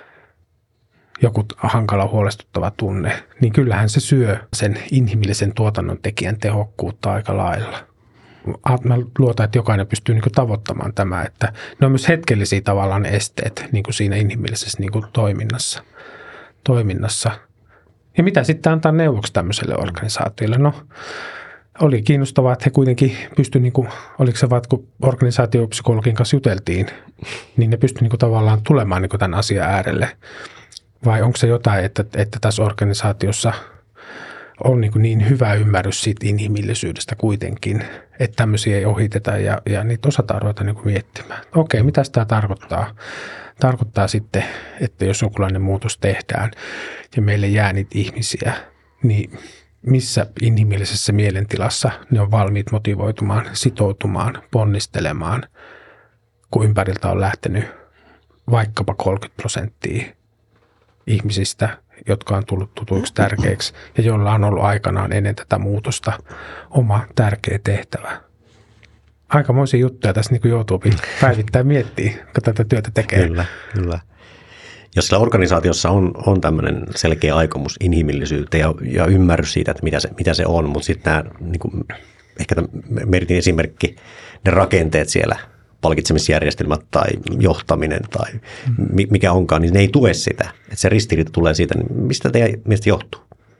joku hankala huolestuttava tunne, niin kyllähän se syö sen inhimillisen tuotannon tekijän tehokkuutta aika lailla. Mä luotan, että jokainen pystyy niin kuin tavoittamaan tämä, että ne on myös hetkellisiä tavallaan ne esteet niin kuin siinä inhimillisessä niin kuin toiminnassa. toiminnassa. Ja mitä sitten antaa neuvoksi tämmöiselle organisaatiolle? No, oli kiinnostavaa, että he kuitenkin pystyivät, niin kuin, oliko se vaan, kun organisaatiopsykologin kanssa juteltiin, niin ne pystyivät niin kuin tavallaan tulemaan niin kuin tämän asian äärelle. Vai onko se jotain, että, että tässä organisaatiossa on niin, niin hyvä ymmärrys siitä inhimillisyydestä kuitenkin, että tämmöisiä ei ohiteta ja, ja niitä osataan ruveta niin kuin miettimään. Okei, mitä tämä tarkoittaa? Tarkoittaa sitten, että jos jonkunlainen muutos tehdään ja meille jää niitä ihmisiä, niin missä inhimillisessä mielentilassa ne on valmiit motivoitumaan, sitoutumaan, ponnistelemaan, kun ympäriltä on lähtenyt vaikkapa kolmekymmentä prosenttia ihmisistä, jotka on tullut tutuiksi tärkeiksi ja joilla on ollut aikanaan ennen tätä muutosta oma tärkeä tehtävä. Aikamoisia juttuja tässä niin kuin joutuu päivittäin miettimään, kun tätä työtä tekee. Kyllä, kyllä. Jos sillä organisaatiossa on, on tämmöinen selkeä aikomus inhimillisyyteen ja, ja ymmärrys siitä, että mitä se, mitä se on, mutta sitten nämä, niin kuin, ehkä tämä meritin esimerkki, ne rakenteet siellä, palkitsemisjärjestelmät tai johtaminen tai mikä onkaan, niin ne ei tue sitä. Että se ristiriita tulee siitä, niin mistä teidän mielestä johtuu?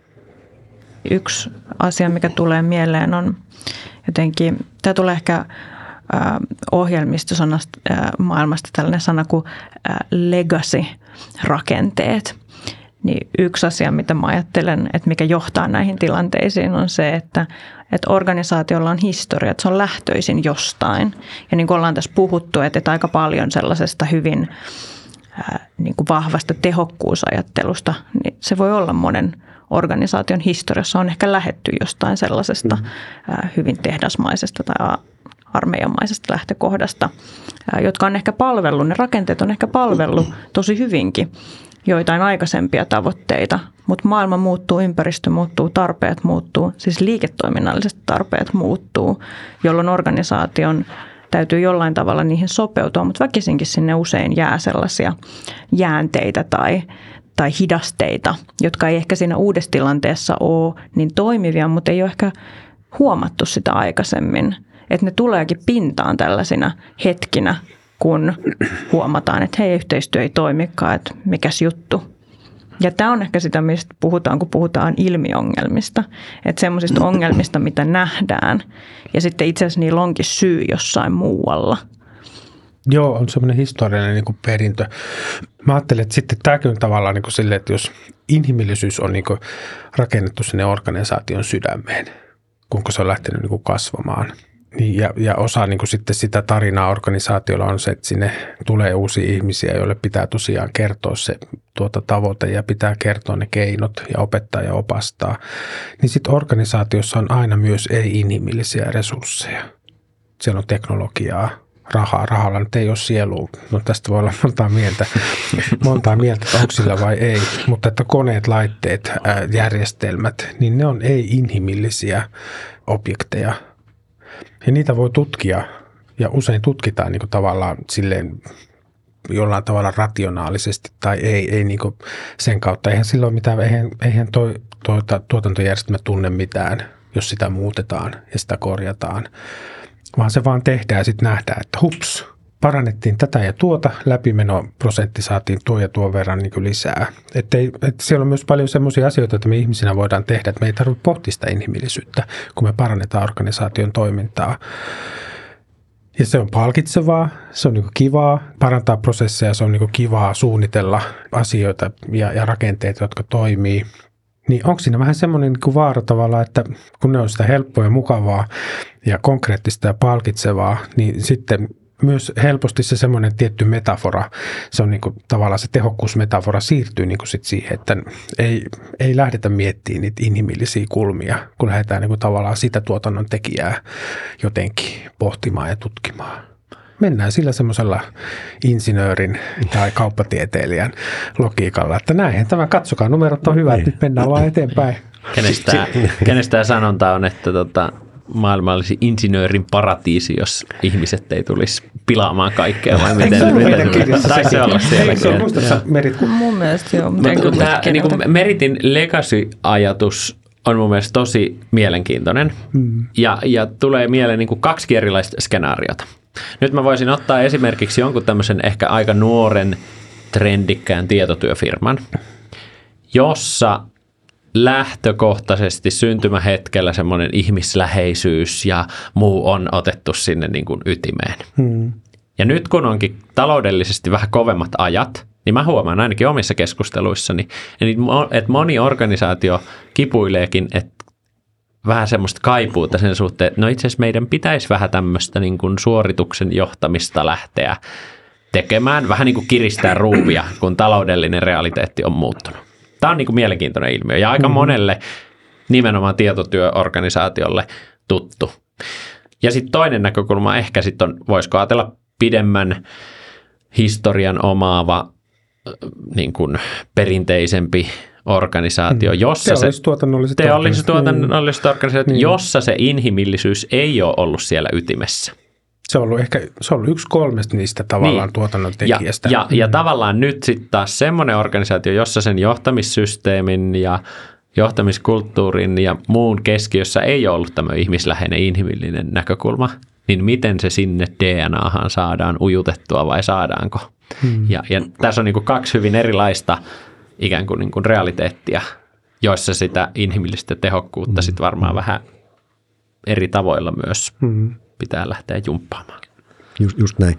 Yksi asia, mikä tulee mieleen on jotenkin, tämä tulee ehkä ohjelmistosanasta maailmasta tällainen sana kuin legacy-rakenteet. Niin yksi asia, mitä mä ajattelen, että mikä johtaa näihin tilanteisiin on se, että, että organisaatiolla on historia, että se on lähtöisin jostain. Ja niin kuin ollaan tässä puhuttu, että, että aika paljon sellaisesta hyvin ää, niin kuin vahvasta tehokkuusajattelusta, niin se voi olla monen organisaation historiassa on ehkä lähdetty jostain sellaisesta ää, hyvin tehdasmaisesta tai armeijamaisesta lähtökohdasta, ää, jotka on ehkä palvellut, ne rakenteet on ehkä palvellut tosi hyvinkin joitain aikaisempia tavoitteita, mutta maailma muuttuu, ympäristö muuttuu, tarpeet muuttuu, siis liiketoiminnalliset tarpeet muuttuu, jolloin organisaation täytyy jollain tavalla niihin sopeutua, mutta väkisinkin sinne usein jää sellaisia jäänteitä tai, tai hidasteita, jotka ei ehkä siinä uudessa tilanteessa ole niin toimivia, mutta ei ole ehkä huomattu sitä aikaisemmin, että ne tuleekin pintaan tällaisina hetkinä, kun huomataan, että hei, yhteistyö ei toimikaan, että mikäs juttu. Ja tämä on ehkä sitä, mistä puhutaan, kun puhutaan ilmiöngelmistä. Että semmoisista ongelmista, mitä nähdään, ja sitten itse asiassa niillä onkin syy jossain muualla. Joo, on semmoinen historiallinen niin kuin perintö. Mä ajattelen, että sitten tämäkin on tavallaan niin kuin silleen, että jos inhimillisyys on niin kuin rakennettu sinne organisaation sydämeen, kun se on lähtenyt niin kuin kasvamaan. Ja, ja osa niin kuin sitten sitä tarinaa organisaatiolla on se, että sinne tulee uusia ihmisiä, joille pitää tosiaan kertoa se tuota tavoite ja pitää kertoa ne keinot ja opettaa ja opastaa. Niin sitten organisaatiossa on aina myös ei-inhimillisiä resursseja. Siellä on teknologiaa, rahaa. Rahalla nyt ei ole sielua. No tästä voi olla montaa mieltä, montaa mieltä, että onko sillä vai ei. Mutta että koneet, laitteet, järjestelmät, niin ne on ei-inhimillisiä objekteja. Ja niitä voi tutkia ja usein tutkitaan niin kuin tavallaan silleen jollain tavalla rationaalisesti tai ei, ei niin kuin sen kautta. Eihän silloin mitään, eihän, eihän toi, tuota, tuotantojärjestelmä tunne mitään, jos sitä muutetaan ja sitä korjataan, vaan se vaan tehdään ja sitten nähdään, että hups, parannettiin tätä ja tuota, läpimenoprosentti saatiin tuo ja tuon verran niin kuin lisää. Että ei, että siellä on myös paljon sellaisia asioita, että me ihmisinä voidaan tehdä, että me ei tarvitse pohtia sitä inhimillisyyttä, kun me parannetaan organisaation toimintaa. Ja se on palkitsevaa, se on niin kuin kivaa parantaa prosesseja, se on niin kuin kivaa suunnitella asioita ja, ja rakenteita, jotka toimii. Niin onko siinä vähän semmoinen niin kuin vaara tavallaan, että kun ne on sitä helppoa ja mukavaa ja konkreettista ja palkitsevaa, niin sitten myös helposti se semmoinen tietty metafora, se on niin kuin tavallaan se tehokkuusmetafora siirtyy niin kuin sit siihen, että ei, ei lähdetä miettimään niitä inhimillisiä kulmia, kun lähdetään niin kuin tavallaan sitä tuotannon tekijää jotenkin pohtimaan ja tutkimaan. Mennään sillä semmoisella insinöörin tai kauppatieteilijän logiikalla, että näinhän tämä, katsokaa, numerot on hyvät, nyt mennään vaan eteenpäin. Kenestä, kenestä sanonta on, että tota, maailma olisi insinöörin paratiisi, jos ihmiset ei tulisi pilaamaan kaikkea, vai miten? Se on meidän kirjassa. Taisi olla sielläkin. Se on muistassa Merit. Mun mielestä joo. Tämä niin kuin Meritin legacy-ajatus on mun mielestä tosi mielenkiintoinen mm. ja, ja tulee mieleen niin kuin kaksi erilaista skenaariota. Nyt mä voisin ottaa esimerkiksi jonkun tämmöisen ehkä aika nuoren trendikkään tietotyöfirman, jossa lähtökohtaisesti syntymähetkellä semmoinen ihmisläheisyys ja muu on otettu sinne niin kuin ytimeen. Hmm. Ja nyt kun onkin taloudellisesti vähän kovemmat ajat, niin mä huomaan ainakin omissa keskusteluissani, että moni organisaatio kipuileekin, että vähän semmoista kaipuuta sen suhteen, että no itse asiassa meidän pitäisi vähän tämmöistä niin kuin suorituksen johtamista lähteä tekemään, vähän niin kuin kiristää ruuvia, kun taloudellinen realiteetti on muuttunut. Tämä on niin kuin mielenkiintoinen ilmiö ja aika monelle nimenomaan tietotyöorganisaatiolle tuttu. Ja sitten toinen näkökulma ehkä sitten on, voisiko ajatella pidemmän historian omaava niin kuin perinteisempi organisaatio, jossa teollistuotannolliset, teollistuotannolliset organisaatiot, niin. jossa se inhimillisyys ei ole ollut siellä ytimessä. Se on ollut ehkä se on ollut yksi kolmesta niistä tavallaan niin. tuotannon tekijästä. Ja, ja, ja tavallaan nyt sitten taas semmoinen organisaatio, jossa sen johtamissysteemin ja johtamiskulttuurin ja muun keskiössä ei ole ollut tämmöinen ihmisläheinen inhimillinen näkökulma, niin miten se sinne D N A:han saadaan ujutettua vai saadaanko? Hmm. Ja, ja tässä on niin kuin kaksi hyvin erilaista ikään kuin, niin kuin realiteettia, joissa sitä inhimillistä tehokkuutta hmm. sitten varmaan vähän eri tavoilla myös hmm. pitää lähteä jumppaamaan. Just, just näin.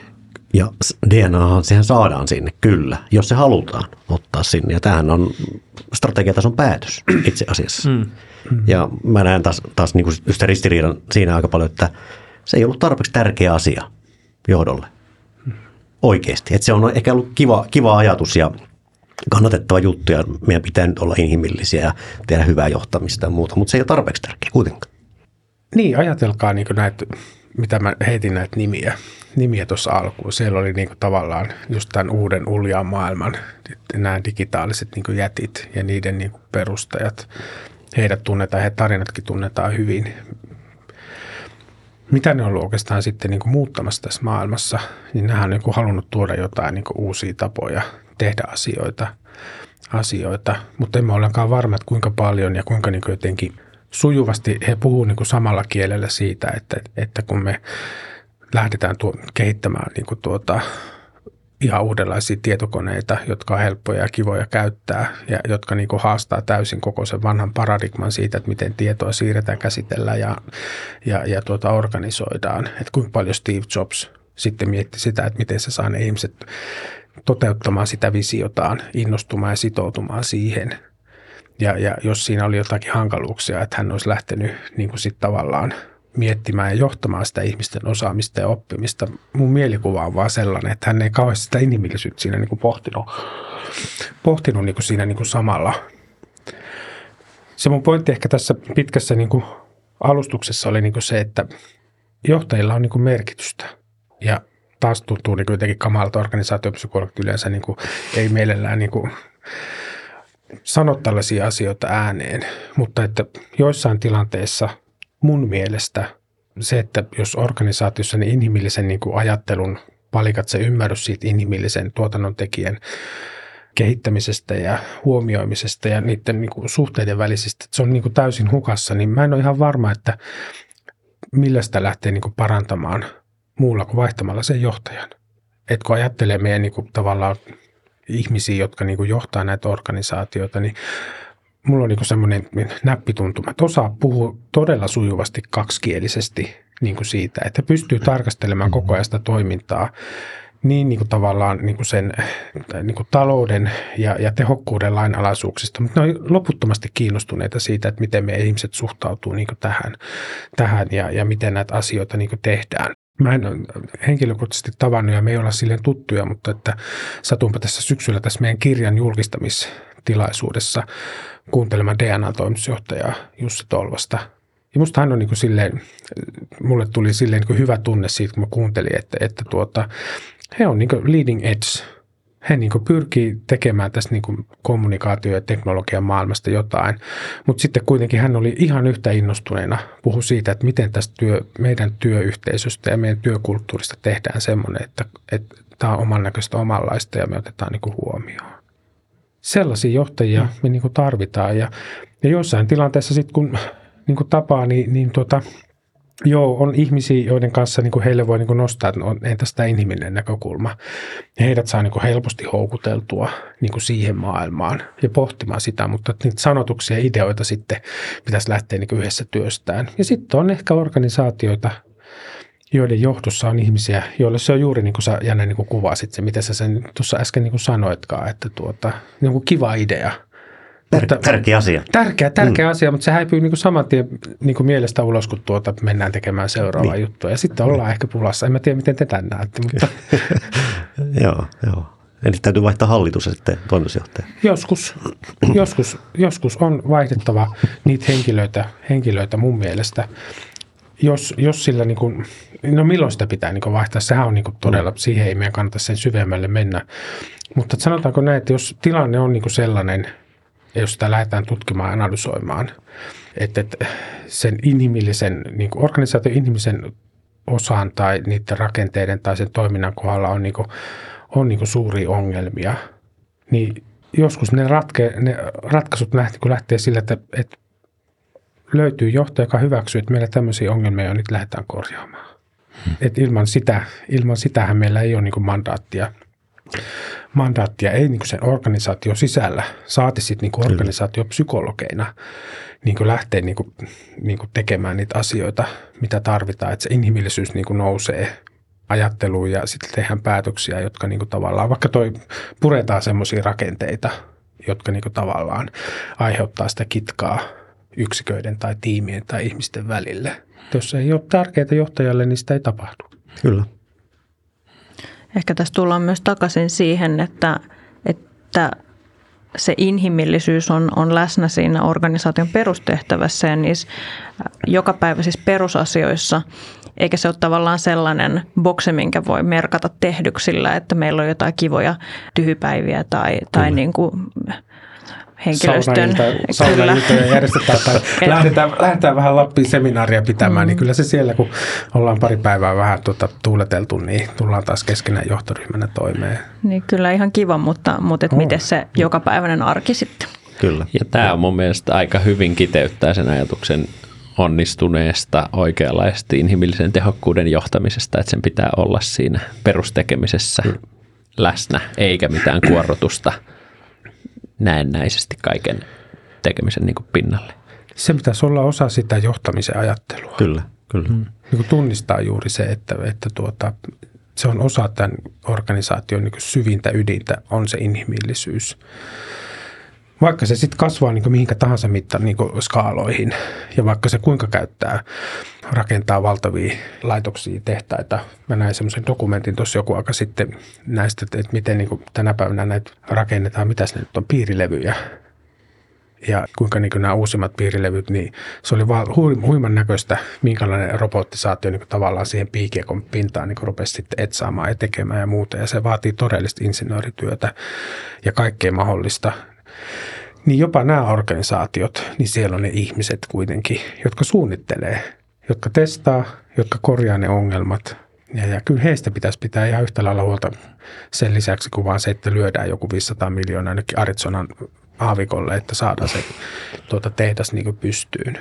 Ja D N A:han sehän saadaan sinne, kyllä, jos se halutaan ottaa sinne. Ja tämähän on strategiatason päätös itse asiassa. Mm. Mm. Ja mä näen taas, taas niin kuin sitä ristiriidan siinä aika paljon, että se ei ollut tarpeeksi tärkeä asia johdolle. Oikeasti. Että se on ehkä ollut kiva, kiva ajatus ja kannatettava juttu ja meidän pitää nyt olla inhimillisiä ja tehdä hyvää johtamista ja muuta, mutta se ei ole tarpeeksi tärkeä kuitenkaan. Niin, ajatelkaa niin kuin näitä, mitä mä heitin näitä nimiä, nimiä tuossa alkuun. Siellä oli niin kuin tavallaan just tämän uuden uljaan maailman, nämä digitaaliset niin kuin jätit ja niiden niin kuin perustajat. Heidät tunnetaan, he tarinatkin tunnetaan hyvin. Mitä ne on ollut oikeastaan sitten niin kuin muuttamassa tässä maailmassa, niin nehän on niin kuin halunnut tuoda jotain niin kuin uusia tapoja tehdä asioita, asioita. Mutta emme ole ollenkaan varma, että kuinka paljon ja kuinka niin kuin jotenkin sujuvasti he puhuu niin kuin samalla kielellä siitä, että, että kun me lähdetään tuo, kehittämään niin kuin tuota, ihan uudenlaisia tietokoneita, jotka on helppoja ja kivoja käyttää ja jotka niin kuin haastaa täysin koko sen vanhan paradigman siitä, että miten tietoa siirretään, käsitellään ja, ja, ja tuota organisoidaan. Että kuinka paljon Steve Jobs sitten mietti sitä, että miten se saa ne ihmiset toteuttamaan sitä visiotaan, innostumaan ja sitoutumaan siihen. Ja, ja jos siinä oli jotakin hankaluuksia, että hän olisi lähtenyt niin kuin sit tavallaan miettimään ja johtamaan sitä ihmisten osaamista ja oppimista. Mun mielikuva on vaan sellainen, että hän ei kauheasti sitä inhimillisyyttä siinä niin kuin pohtinut, pohtinut niin kuin siinä niin kuin samalla. Se mun pointti ehkä tässä pitkässä niin kuin alustuksessa oli niin kuin se, että johtajilla on niin kuin merkitystä. Ja taas tuntuu niin kuin jotenkin kamalalta organisaatiopsykologit yleensä niin kuin ei mielellään niin kuin sano tällaisia asioita ääneen, mutta että joissain tilanteissa mun mielestä se, että jos organisaatiossa niin inhimillisen niin kuin ajattelun palikat, se ymmärrys siitä inhimillisen tuotannon tekijän kehittämisestä ja huomioimisesta ja niiden niin kuin suhteiden välisistä, että se on niin kuin täysin hukassa, niin mä en ole ihan varma, että millä sitä lähtee niin kuin parantamaan muulla kuin vaihtamalla sen johtajan. Että kun ajattelee meidän niin kuin tavallaan ihmisiä, jotka niin kuin johtaa näitä organisaatioita, niin mulla on niin kuin semmoinen näppituntuma, että osaa puhua todella sujuvasti kaksikielisesti niin kuin siitä, että pystyy tarkastelemaan koko ajan sitä toimintaa niin, niin kuin tavallaan niin kuin sen niin kuin talouden ja, ja tehokkuuden lainalaisuuksista, mutta ne on loputtomasti kiinnostuneita siitä, että miten me ihmiset suhtautuu niin kuin tähän, tähän ja, ja miten näitä asioita niin kuin tehdään. Mä en henkilökohtaisesti tavannut ja me ei olla silleen tuttuja, mutta että satunpa tässä syksyllä tässä meidän kirjan julkistamistilaisuudessa kuuntelemaan D N A-toimitusjohtajaa Jussi Tolvasta. Ja musta hän on niin kuin silleen, mulle tuli silleen niin kuin hyvä tunne siitä, kun mä kuuntelin, että, että tuota, he on niin kuin leading edge. He niin kuin pyrkii tekemään tässä niin kuin kommunikaatio- ja teknologian maailmasta jotain, mutta sitten kuitenkin hän oli ihan yhtä innostuneena puhui siitä, että miten tästä työ, meidän työyhteisöstä ja meidän työkulttuurista tehdään semmoinen, että, että tämä on oman näköistä omanlaista ja me otetaan niin kuin huomioon. Sellaisia johtajia mm. me niin kuin tarvitaan ja, ja jossain tilanteessa sitten kun niin kuin tapaa, niin, niin tuota, joo, on ihmisiä, joiden kanssa niin kuin heille voi niin kuin nostaa, että on entä sitä inhimillinen näkökulma. Ja heidät saa niin kuin helposti houkuteltua niin kuin siihen maailmaan ja pohtimaan sitä, mutta niitä sanotuksia ja ideoita sitten pitäisi lähteä niin kuin yhdessä työstään. Ja sitten on ehkä organisaatioita, joiden johdossa on ihmisiä, joille se on juuri niin kuin sä Janne niin kuin kuvasit se, mitä sä sen tuossa äsken niin kuin sanoitkaan, että tuota, niin kuin kiva idea. Tär- Mutta, tärkeä asia. Tärkeä, tärkeä mm. asia, mutta se häipyy niin kuin saman tien niin kuin mielestä ulos, kun tuota mennään tekemään seuraavaa niin. juttua. Ja sitten ollaan niin. ehkä pulassa. En mä tiedä, miten te tämän näette. Mutta joo, joo. Eli täytyy vaihtaa hallitus ja sitten toimitusjohtaja. Joskus, joskus, joskus on vaihdettava niitä henkilöitä, henkilöitä mun mielestä. Jos, jos sillä, niin kuin, no milloin sitä pitää niin kuin vaihtaa, sehän on niin kuin todella, siihen ei meidän kannata sen syvemmälle mennä. Mutta sanotaanko näin, että jos tilanne on niin kuin sellainen, jos sitä lähdetään tutkimaan ja analysoimaan, että, että sen inhimillisen, niin kuin organisaation inhimillisen osan tai niiden rakenteiden tai sen toiminnan kohdalla on, niin kuin, on niin kuin suuria ongelmia, niin joskus ne, ratke, ne ratkaisut lähtee, kun lähtee sillä, että, että löytyy johtaja, joka hyväksyy, että meillä tämmöisiä ongelmia on, nyt lähdetään korjaamaan. Hmm. Että ilman sitä, ilman sitähän meillä ei ole niin kuin mandaattia. Mandaattia ei niin kuin sen organisaation sisällä, saati sitten niin kuin organisaatiopsykologeina niin kuin lähteä niin kuin, niin kuin tekemään niitä asioita, mitä tarvitaan, että se inhimillisyys niin kuin nousee ajatteluun ja sitten tehdään päätöksiä, jotka niin kuin tavallaan, vaikka toi puretaan semmoisia rakenteita, jotka niin kuin tavallaan aiheuttaa sitä kitkaa yksiköiden tai tiimien tai ihmisten välille. Jos ei ole tärkeää johtajalle, niin sitä ei tapahdu. Kyllä. Ehkä tässä tullaan myös takaisin siihen, että, että se inhimillisyys on, on läsnä siinä organisaation perustehtävässä ja niissä jokapäiväisissä perusasioissa, eikä se ole tavallaan sellainen boksi, minkä voi merkata tehdyksillä, että meillä on jotain kivoja tyhjypäiviä tai, tai niin kuin henkilöstön. Saunailtoja järjestetään tai lähdetään, lähdetään vähän Lappiin seminaaria pitämään, mm. niin kyllä se siellä, kun ollaan pari päivää vähän tuota, tuuleteltu, niin tullaan taas keskenään johtoryhmänä toimeen. Niin kyllä ihan kiva, mutta, mutta et oh. miten se jokapäiväinen arki sitten? Kyllä. Ja tämä on mun mielestä aika hyvin kiteyttää sen ajatuksen onnistuneesta oikeanlaista inhimillisen tehokkuuden johtamisesta, että sen pitää olla siinä perustekemisessä mm. läsnä, eikä mitään kuorrutusta näennäisesti kaiken tekemisen niin kuin pinnalle. Se pitäisi olla osa sitä johtamisen ajattelua. Kyllä, kyllä. Mm. Niin kuin tunnistaa juuri se, että, että tuota, se on osa tämän organisaation niin kuin syvintä ydintä, on se inhimillisyys. Vaikka se sitten kasvaa niin kuin mihinkä tahansa mittaan niin kuin skaaloihin ja vaikka se kuinka käyttää, rakentaa valtavia laitoksia, tehtaita. Mä näin semmoisen dokumentin tuossa joku aika sitten näistä, että miten niin kuin tänä päivänä näitä rakennetaan, mitä ne nyt on, piirilevyjä. Ja kuinka niin kuin nämä uusimmat piirilevyt, niin se oli vaan huiman näköistä, minkälainen robottisaatio niin kuin tavallaan siihen piikiekon pintaan niin kuin rupesi sitten etsaamaan ja tekemään ja muuta. Ja se vaatii todellista insinöörityötä ja kaikkea mahdollista. Niin jopa nämä organisaatiot, niin siellä on ne ihmiset kuitenkin, jotka suunnittelee, jotka testaa, jotka korjaa ne ongelmat. Ja, ja kyllä heistä pitäisi pitää ihan yhtä lailla huolta sen lisäksi, kun vaan se, että lyödään joku viisisataa miljoonaa ainakin Arizonan aavikolle, että saadaan se tuota, tehdas niin kuin pystyyn.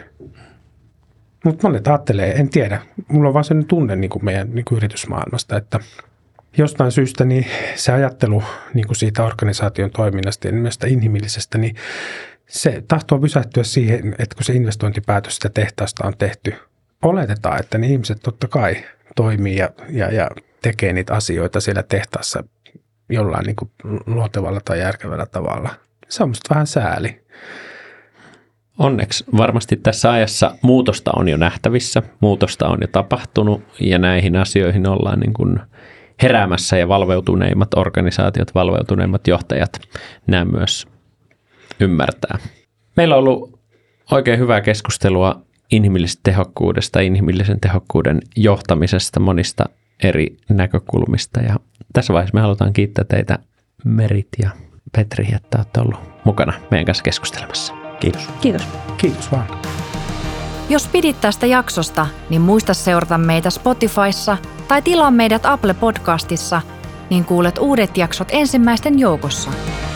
Mutta monet ajattelee, en tiedä, mulla on vaan sellainen tunne niin kuin meidän niin kuin yritysmaailmasta, että jostain syystä niin se ajattelu niin kuin siitä organisaation toiminnasta ja nimestä inhimillisestä, niin se tahtoo pysähtyä siihen, että kun se investointipäätös sitä tehtaasta on tehty, oletetaan, että ne ihmiset totta kai toimii ja, ja, ja tekee niitä asioita siellä tehtaassa jollain niin kuin luontevalla tai järkevällä tavalla. Se on musta vähän sääli. Onneksi varmasti tässä ajassa muutosta on jo nähtävissä, muutosta on jo tapahtunut ja näihin asioihin ollaan niin kuin heräämässä ja valveutuneimmat organisaatiot, valveutuneimmat johtajat nämä myös ymmärtää. Meillä on ollut oikein hyvää keskustelua inhimillisestä tehokkuudesta, inhimillisen tehokkuuden johtamisesta monista eri näkökulmista ja tässä vaiheessa me halutaan kiittää teitä Merit ja Petri, että olette ollut mukana meidän kanssa keskustelemassa. Kiitos. Kiitos. Kiitos vaan. Jos pidit tästä jaksosta, niin muista seurata meitä Spotifyssa tai tilaa meidät Apple Podcastissa, niin kuulet uudet jaksot ensimmäisten joukossa.